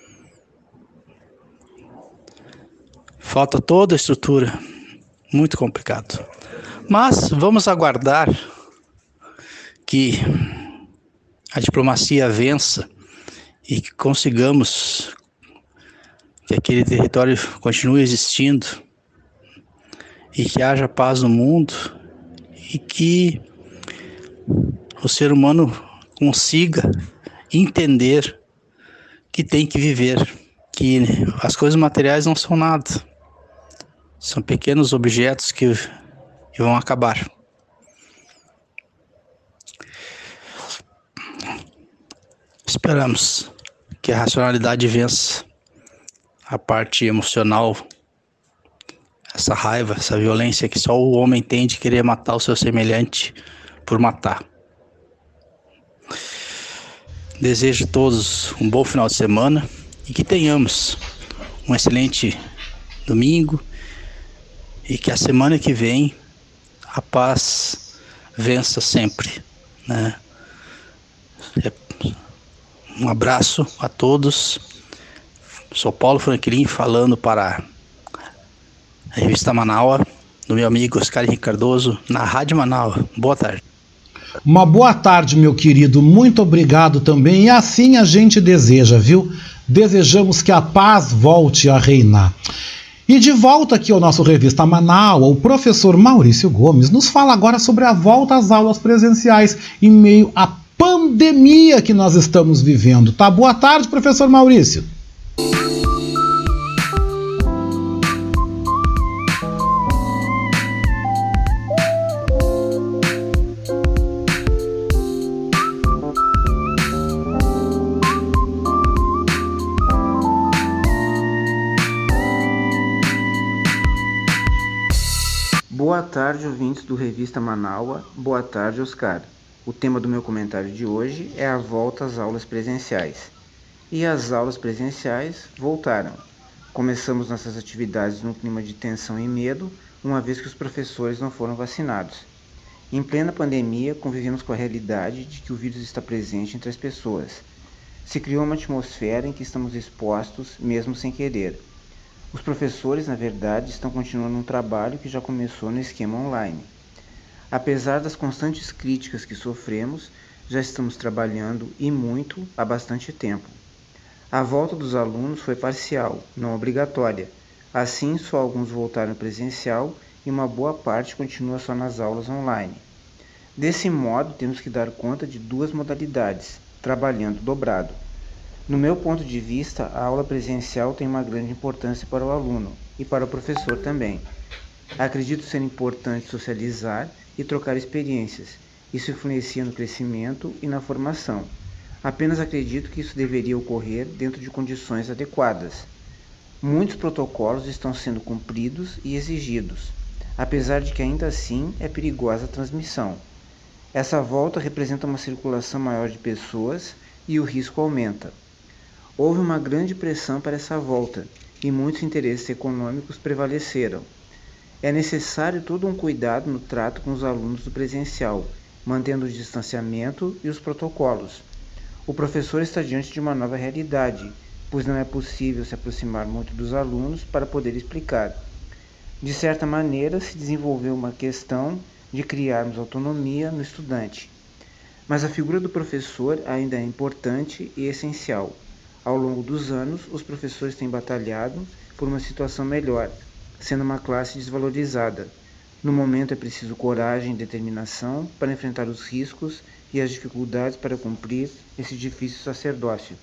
Falta toda a estrutura, muito complicado. Mas vamos aguardar que a diplomacia vença e que consigamos que aquele território continue existindo e que haja paz no mundo e que o ser humano consiga entender que tem que viver, que as coisas materiais não são nada, são pequenos objetos que vão acabar. Esperamos que a racionalidade vença a parte emocional, essa raiva, essa violência que só o homem tem de querer matar o seu semelhante por matar. Desejo a todos um bom final de semana e que tenhamos um excelente domingo e que a semana que vem a paz vença sempre, né? Um abraço a todos. Sou Paulo Franklin falando para a revista Manaua, do meu amigo Oscar Henrique Cardoso, na Rádio Manaua. Boa tarde. Uma boa tarde, meu querido. Muito obrigado também. E assim a gente deseja, viu? Desejamos que a paz volte a reinar. E de volta aqui ao nosso Revista Manaua, o professor Maurício Gomes nos fala agora sobre a volta às aulas presenciais em meio à pandemia que nós estamos vivendo. Tá? Boa tarde, professor Maurício. Boa tarde, ouvintes do Revista Manaua. Boa tarde, Oscar. O tema do meu comentário de hoje é a volta às aulas presenciais. E as aulas presenciais voltaram. Começamos nossas atividades num clima de tensão e medo, uma vez que os professores não foram vacinados. Em plena pandemia, convivemos com a realidade de que o vírus está presente entre as pessoas. Se criou uma atmosfera em que estamos expostos, mesmo sem querer. Os professores, na verdade, estão continuando um trabalho que já começou no esquema online. Apesar das constantes críticas que sofremos, já estamos trabalhando e muito há bastante tempo. A volta dos alunos foi parcial, não obrigatória. Assim, só alguns voltaram presencial e uma boa parte continua só nas aulas online. Desse modo, temos que dar conta de duas modalidades, trabalhando dobrado. No meu ponto de vista, a aula presencial tem uma grande importância para o aluno e para o professor também. Acredito ser importante socializar e trocar experiências. Isso influencia no crescimento e na formação. Apenas acredito que isso deveria ocorrer dentro de condições adequadas. Muitos protocolos estão sendo cumpridos e exigidos, apesar de que ainda assim é perigosa a transmissão. Essa volta representa uma circulação maior de pessoas e o risco aumenta. Houve uma grande pressão para essa volta e muitos interesses econômicos prevaleceram. É necessário todo um cuidado no trato com os alunos do presencial, mantendo o distanciamento e os protocolos. O professor está diante de uma nova realidade, pois não é possível se aproximar muito dos alunos para poder explicar. De certa maneira, se desenvolveu uma questão de criarmos autonomia no estudante. Mas a figura do professor ainda é importante e essencial. Ao longo dos anos, os professores têm batalhado por uma situação melhor, sendo uma classe desvalorizada. No momento é preciso coragem e determinação para enfrentar os riscos e as dificuldades para cumprir esse difícil sacerdócio.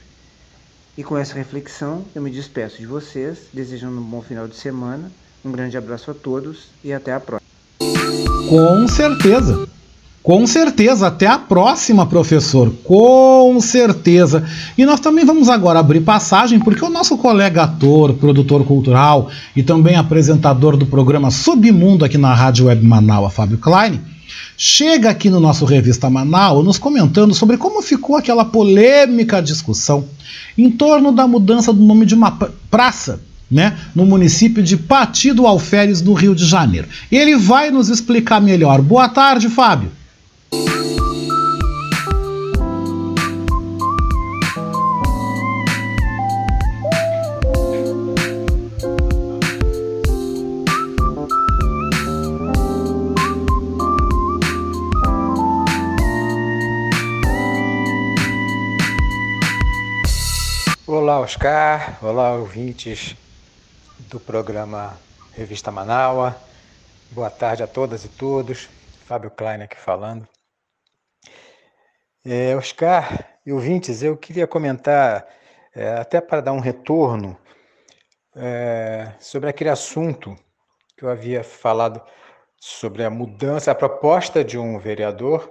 E com essa reflexão, eu me despeço de vocês, desejando um bom final de semana, um grande abraço a todos e até a próxima. Com certeza. Com certeza, até a próxima, professor, com certeza. E nós também vamos agora abrir passagem, porque o nosso colega ator, produtor cultural e também apresentador do programa Submundo aqui na Rádio Web Manaus, Fábio Klein, chega aqui no nosso Revista Manaus nos comentando sobre como ficou aquela polêmica discussão em torno da mudança do nome de uma praça, né, no município de Pati do Alferes, no Rio de Janeiro. Ele vai nos explicar melhor. Boa tarde, Fábio. Olá, Oscar. Olá, ouvintes do programa Revista Manaus. Boa tarde a todas e todos. Fábio Klein aqui falando. Oscar e ouvintes, eu queria comentar, até para dar um retorno, sobre aquele assunto que eu havia falado sobre a mudança, a proposta de um vereador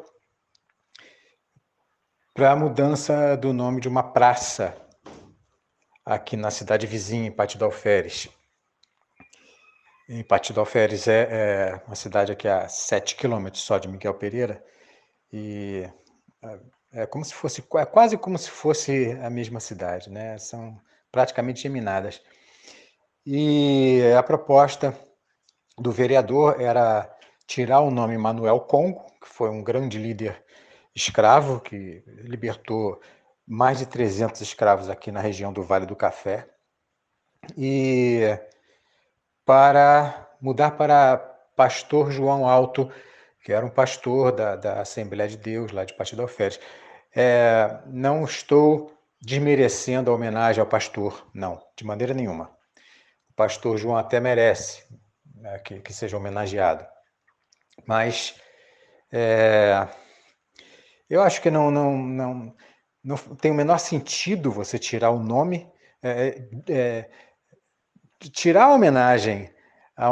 para a mudança do nome de uma praça aqui na cidade vizinha, em Pati do Alferes. Em Pati do Alferes é uma cidade aqui a 7 quilômetros só de Miguel Pereira, e é quase como se fosse a mesma cidade, né? São praticamente geminadas. E a proposta do vereador era tirar o nome Manuel Congo, que foi um grande líder escravo, que libertou mais de 300 escravos aqui na região do Vale do Café, e para mudar para Pastor João Alto, que era um pastor da Assembleia de Deus, lá de Pati do Alferes. Não estou desmerecendo a homenagem ao pastor, não, de maneira nenhuma. O pastor João até merece, né, que seja homenageado. Mas eu acho que não tem o menor sentido você tirar o nome, tirar a homenagem a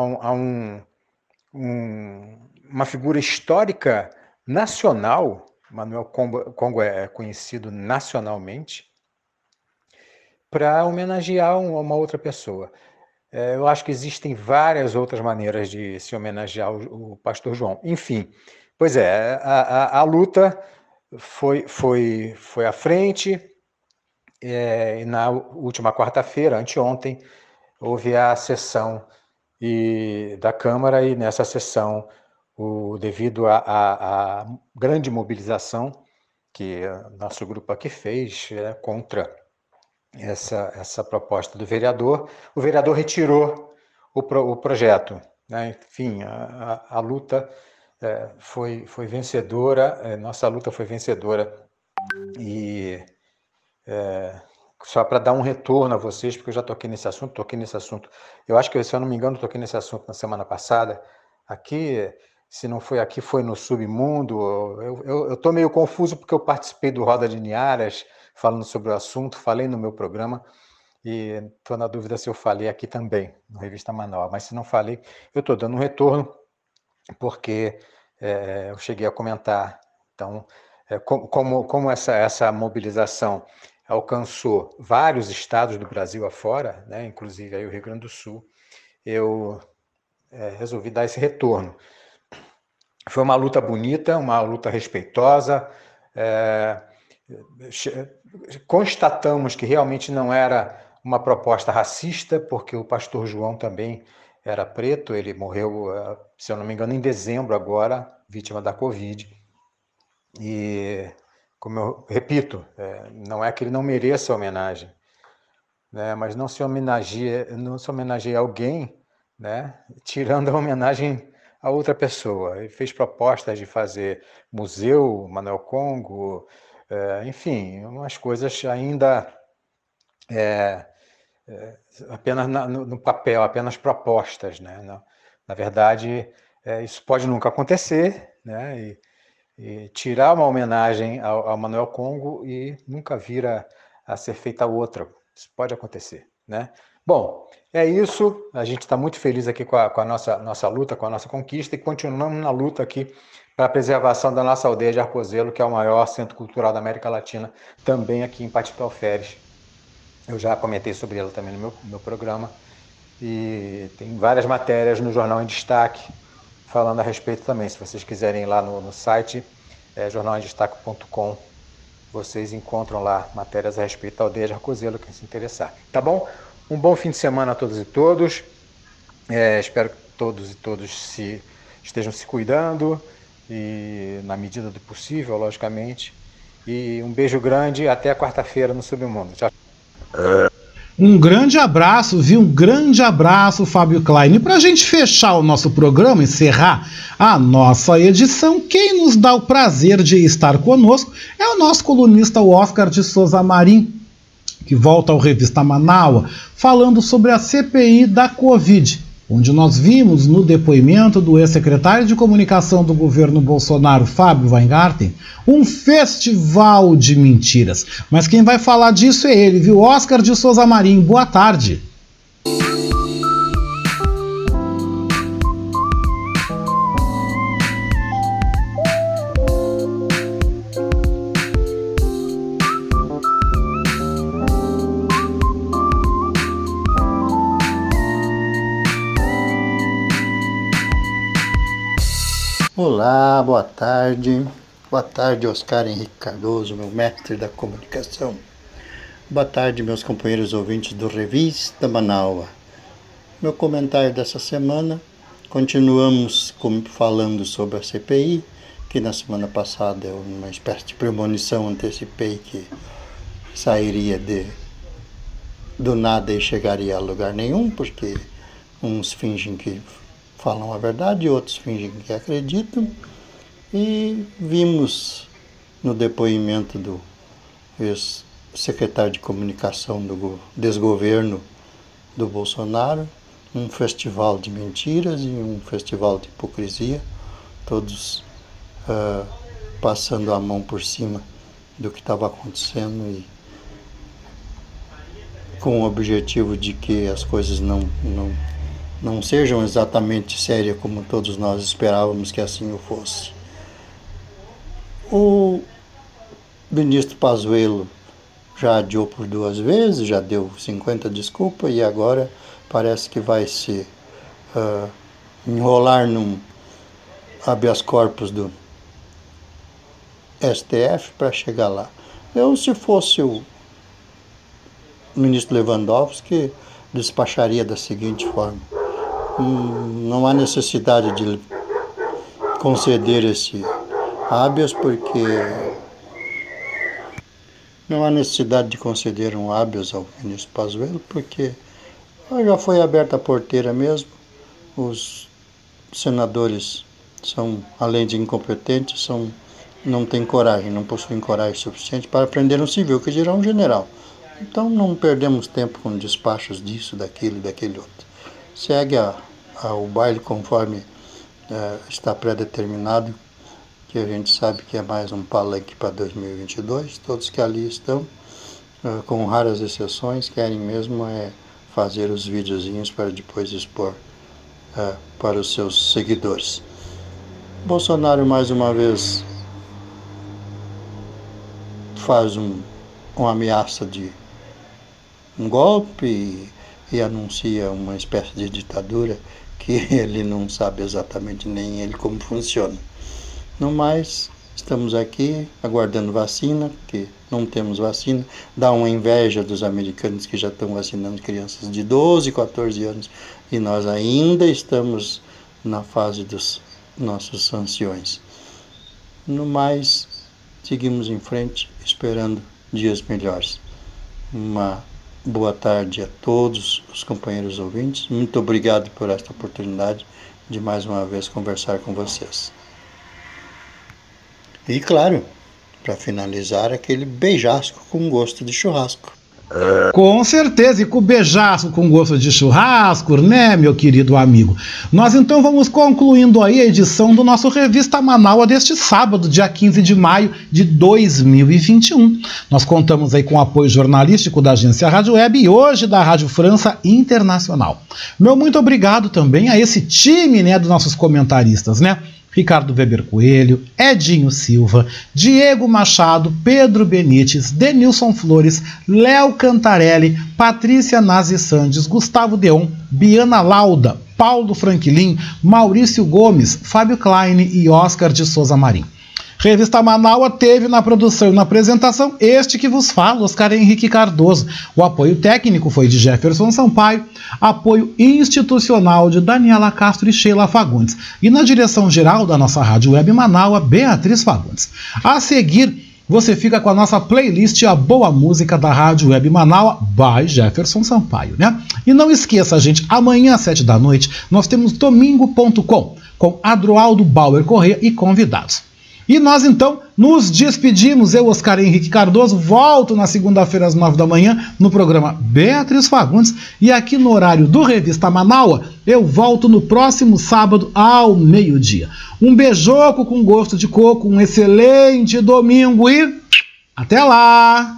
uma figura histórica nacional. Manuel Congo é conhecido nacionalmente, para homenagear uma outra pessoa. Eu acho que existem várias outras maneiras de se homenagear o pastor João. Enfim, pois a luta foi à frente, e na última quarta-feira, anteontem, houve a sessão da Câmara, e nessa sessão, devido à grande mobilização que nosso grupo aqui fez contra essa proposta do vereador. O vereador retirou o projeto, né? Enfim, a luta foi vencedora, nossa luta foi vencedora. E só para dar um retorno a vocês, porque eu já toquei nesse assunto. Eu acho que, se eu não me engano, toquei nesse assunto na semana passada. Aqui, se não foi aqui, foi no Submundo. Eu estou meio confuso porque eu participei do Roda de Niaras, falando sobre o assunto, falei no meu programa, e estou na dúvida se eu falei aqui também, no Revista Manaus. Mas se não falei, eu estou dando um retorno, porque eu cheguei a comentar. Então, como essa mobilização alcançou vários estados do Brasil afora, né, inclusive aí o Rio Grande do Sul, eu resolvi dar esse retorno. Foi uma luta bonita, uma luta respeitosa. Constatamos que realmente não era uma proposta racista, porque o pastor João também era preto, ele morreu, se eu não me engano, em dezembro agora, vítima da Covid. E, como eu repito, não é que ele não mereça homenagem, né, mas não se homenageia alguém, né, tirando a homenagem a outra pessoa. Ele fez propostas de fazer museu, Manuel Congo, enfim, umas coisas ainda apenas no papel, apenas propostas, né? Na verdade, isso pode nunca acontecer, né? E tirar uma homenagem ao Manuel Congo e nunca vir a ser feita outra. Isso pode acontecer, né? Bom, é isso. A gente está muito feliz aqui com a nossa luta, com a nossa conquista, e continuamos na luta aqui para a preservação da nossa aldeia de Arcozelo, que é o maior centro cultural da América Latina, também aqui em Patito Alferes. Eu já comentei sobre ela também no meu programa, e tem várias matérias no Jornal em Destaque falando a respeito também. Se vocês quiserem ir lá no site, jornalemdestaque.com, vocês encontram lá matérias a respeito da aldeia de Arcozelo, quem se interessar. Tá bom? Um bom fim de semana a todas e todos. Espero que todos e todas estejam se cuidando, e na medida do possível, logicamente. E um beijo grande, até a quarta-feira no Submundo. Tchau. Um grande abraço, viu? Um grande abraço, Fábio Klein. E para a gente fechar o nosso programa, encerrar a nossa edição, quem nos dá o prazer de estar conosco é o nosso colunista Oscar de Souza Marim, que volta ao Revista Manaus, falando sobre a CPI da Covid, onde nós vimos no depoimento do ex-secretário de Comunicação do governo Bolsonaro, Fábio Weingarten, um festival de mentiras. Mas quem vai falar disso é ele, viu? Oscar de Souza Marim, boa tarde. Olá, boa tarde. Boa tarde, Oscar Henrique Cardoso, meu mestre da comunicação. Boa tarde, meus companheiros ouvintes do Revista Manaus. Meu comentário dessa semana, continuamos falando sobre a CPI, que na semana passada, uma espécie de premonição, antecipei que sairia do nada e chegaria a lugar nenhum, porque uns fingem que falam a verdade, outros fingem que acreditam, e vimos no depoimento do ex-secretário de Comunicação do desgoverno do Bolsonaro um festival de mentiras e um festival de hipocrisia, todos passando a mão por cima do que estava acontecendo e com o objetivo de que as coisas não sejam exatamente sérias como todos nós esperávamos que assim o fosse. O ministro Pazuello já adiou por 2 vezes, já deu 50 desculpas e agora parece que vai se enrolar num habeas corpus do STF para chegar lá. Eu, se fosse o ministro Lewandowski, despacharia da seguinte forma: não há necessidade de conceder esse habeas, porque Não há necessidade de conceder um habeas ao ministro Pazuello, porque já foi aberta a porteira mesmo. Os senadores são, além de incompetentes, não têm coragem, não possuem coragem suficiente para prender um civil, que dirá um general. Então não perdemos tempo com despachos disso, daquilo e daquele outro. Segue o baile conforme está pré-determinado, que a gente sabe que é mais um palanque para 2022. Todos que ali estão, com raras exceções, querem mesmo fazer os videozinhos para depois expor para os seus seguidores. Bolsonaro mais uma vez faz uma ameaça de um golpe e anuncia uma espécie de ditadura que ele não sabe exatamente nem ele como funciona. No mais, estamos aqui aguardando vacina, que não temos vacina. Dá uma inveja dos americanos que já estão vacinando crianças de 12, 14 anos e nós ainda estamos na fase dos nossos anciões. No mais, seguimos em frente, esperando dias melhores. Uma boa tarde a todos os companheiros ouvintes. Muito obrigado por esta oportunidade de mais uma vez conversar com vocês. E claro, para finalizar, aquele beijasco com gosto de churrasco. Com certeza, e com beijaço com gosto de churrasco, né, meu querido amigo? Nós então vamos concluindo aí a edição do nosso Revista Manaua deste sábado, dia 15 de maio de 2021. Nós contamos aí com o apoio jornalístico da agência Rádio Web e hoje da Rádio França Internacional. Meu muito obrigado também a esse time, né, dos nossos comentaristas, né? Ricardo Weber Coelho, Edinho Silva, Diego Machado, Pedro Benites, Denilson Flores, Léo Cantarelli, Patrícia Nazi Sandes, Gustavo Deon, Biana Lauda, Paulo Franklin, Maurício Gomes, Fábio Klein e Oscar de Souza Marim. Revista Manaua teve na produção e na apresentação este que vos fala, Oscar Henrique Cardoso. O apoio técnico foi de Jefferson Sampaio, apoio institucional de Daniela Castro e Sheila Fagundes. E na direção geral da nossa Rádio Web Manaua, Beatriz Fagundes. A seguir, você fica com a nossa playlist A Boa Música da Rádio Web Manaua, by Jefferson Sampaio, né? E não esqueça, gente, amanhã às 7 da noite, nós temos domingo.com, com Adroaldo Bauer Corrêa e convidados. E nós então nos despedimos, eu, Oscar Henrique Cardoso, volto na segunda-feira às 9 da manhã no programa Beatriz Fagundes e aqui no horário do Revista Manaua eu volto no próximo sábado ao meio-dia. Um beijoco com gosto de coco, um excelente domingo e até lá!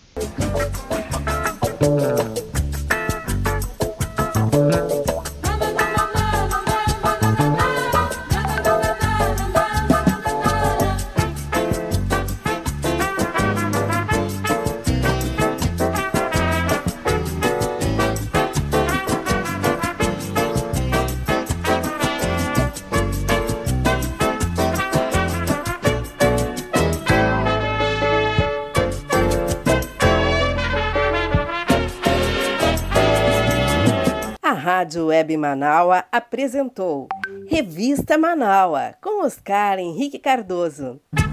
Rádio Web Manaua apresentou Revista Manaua, com Oscar Henrique Cardoso.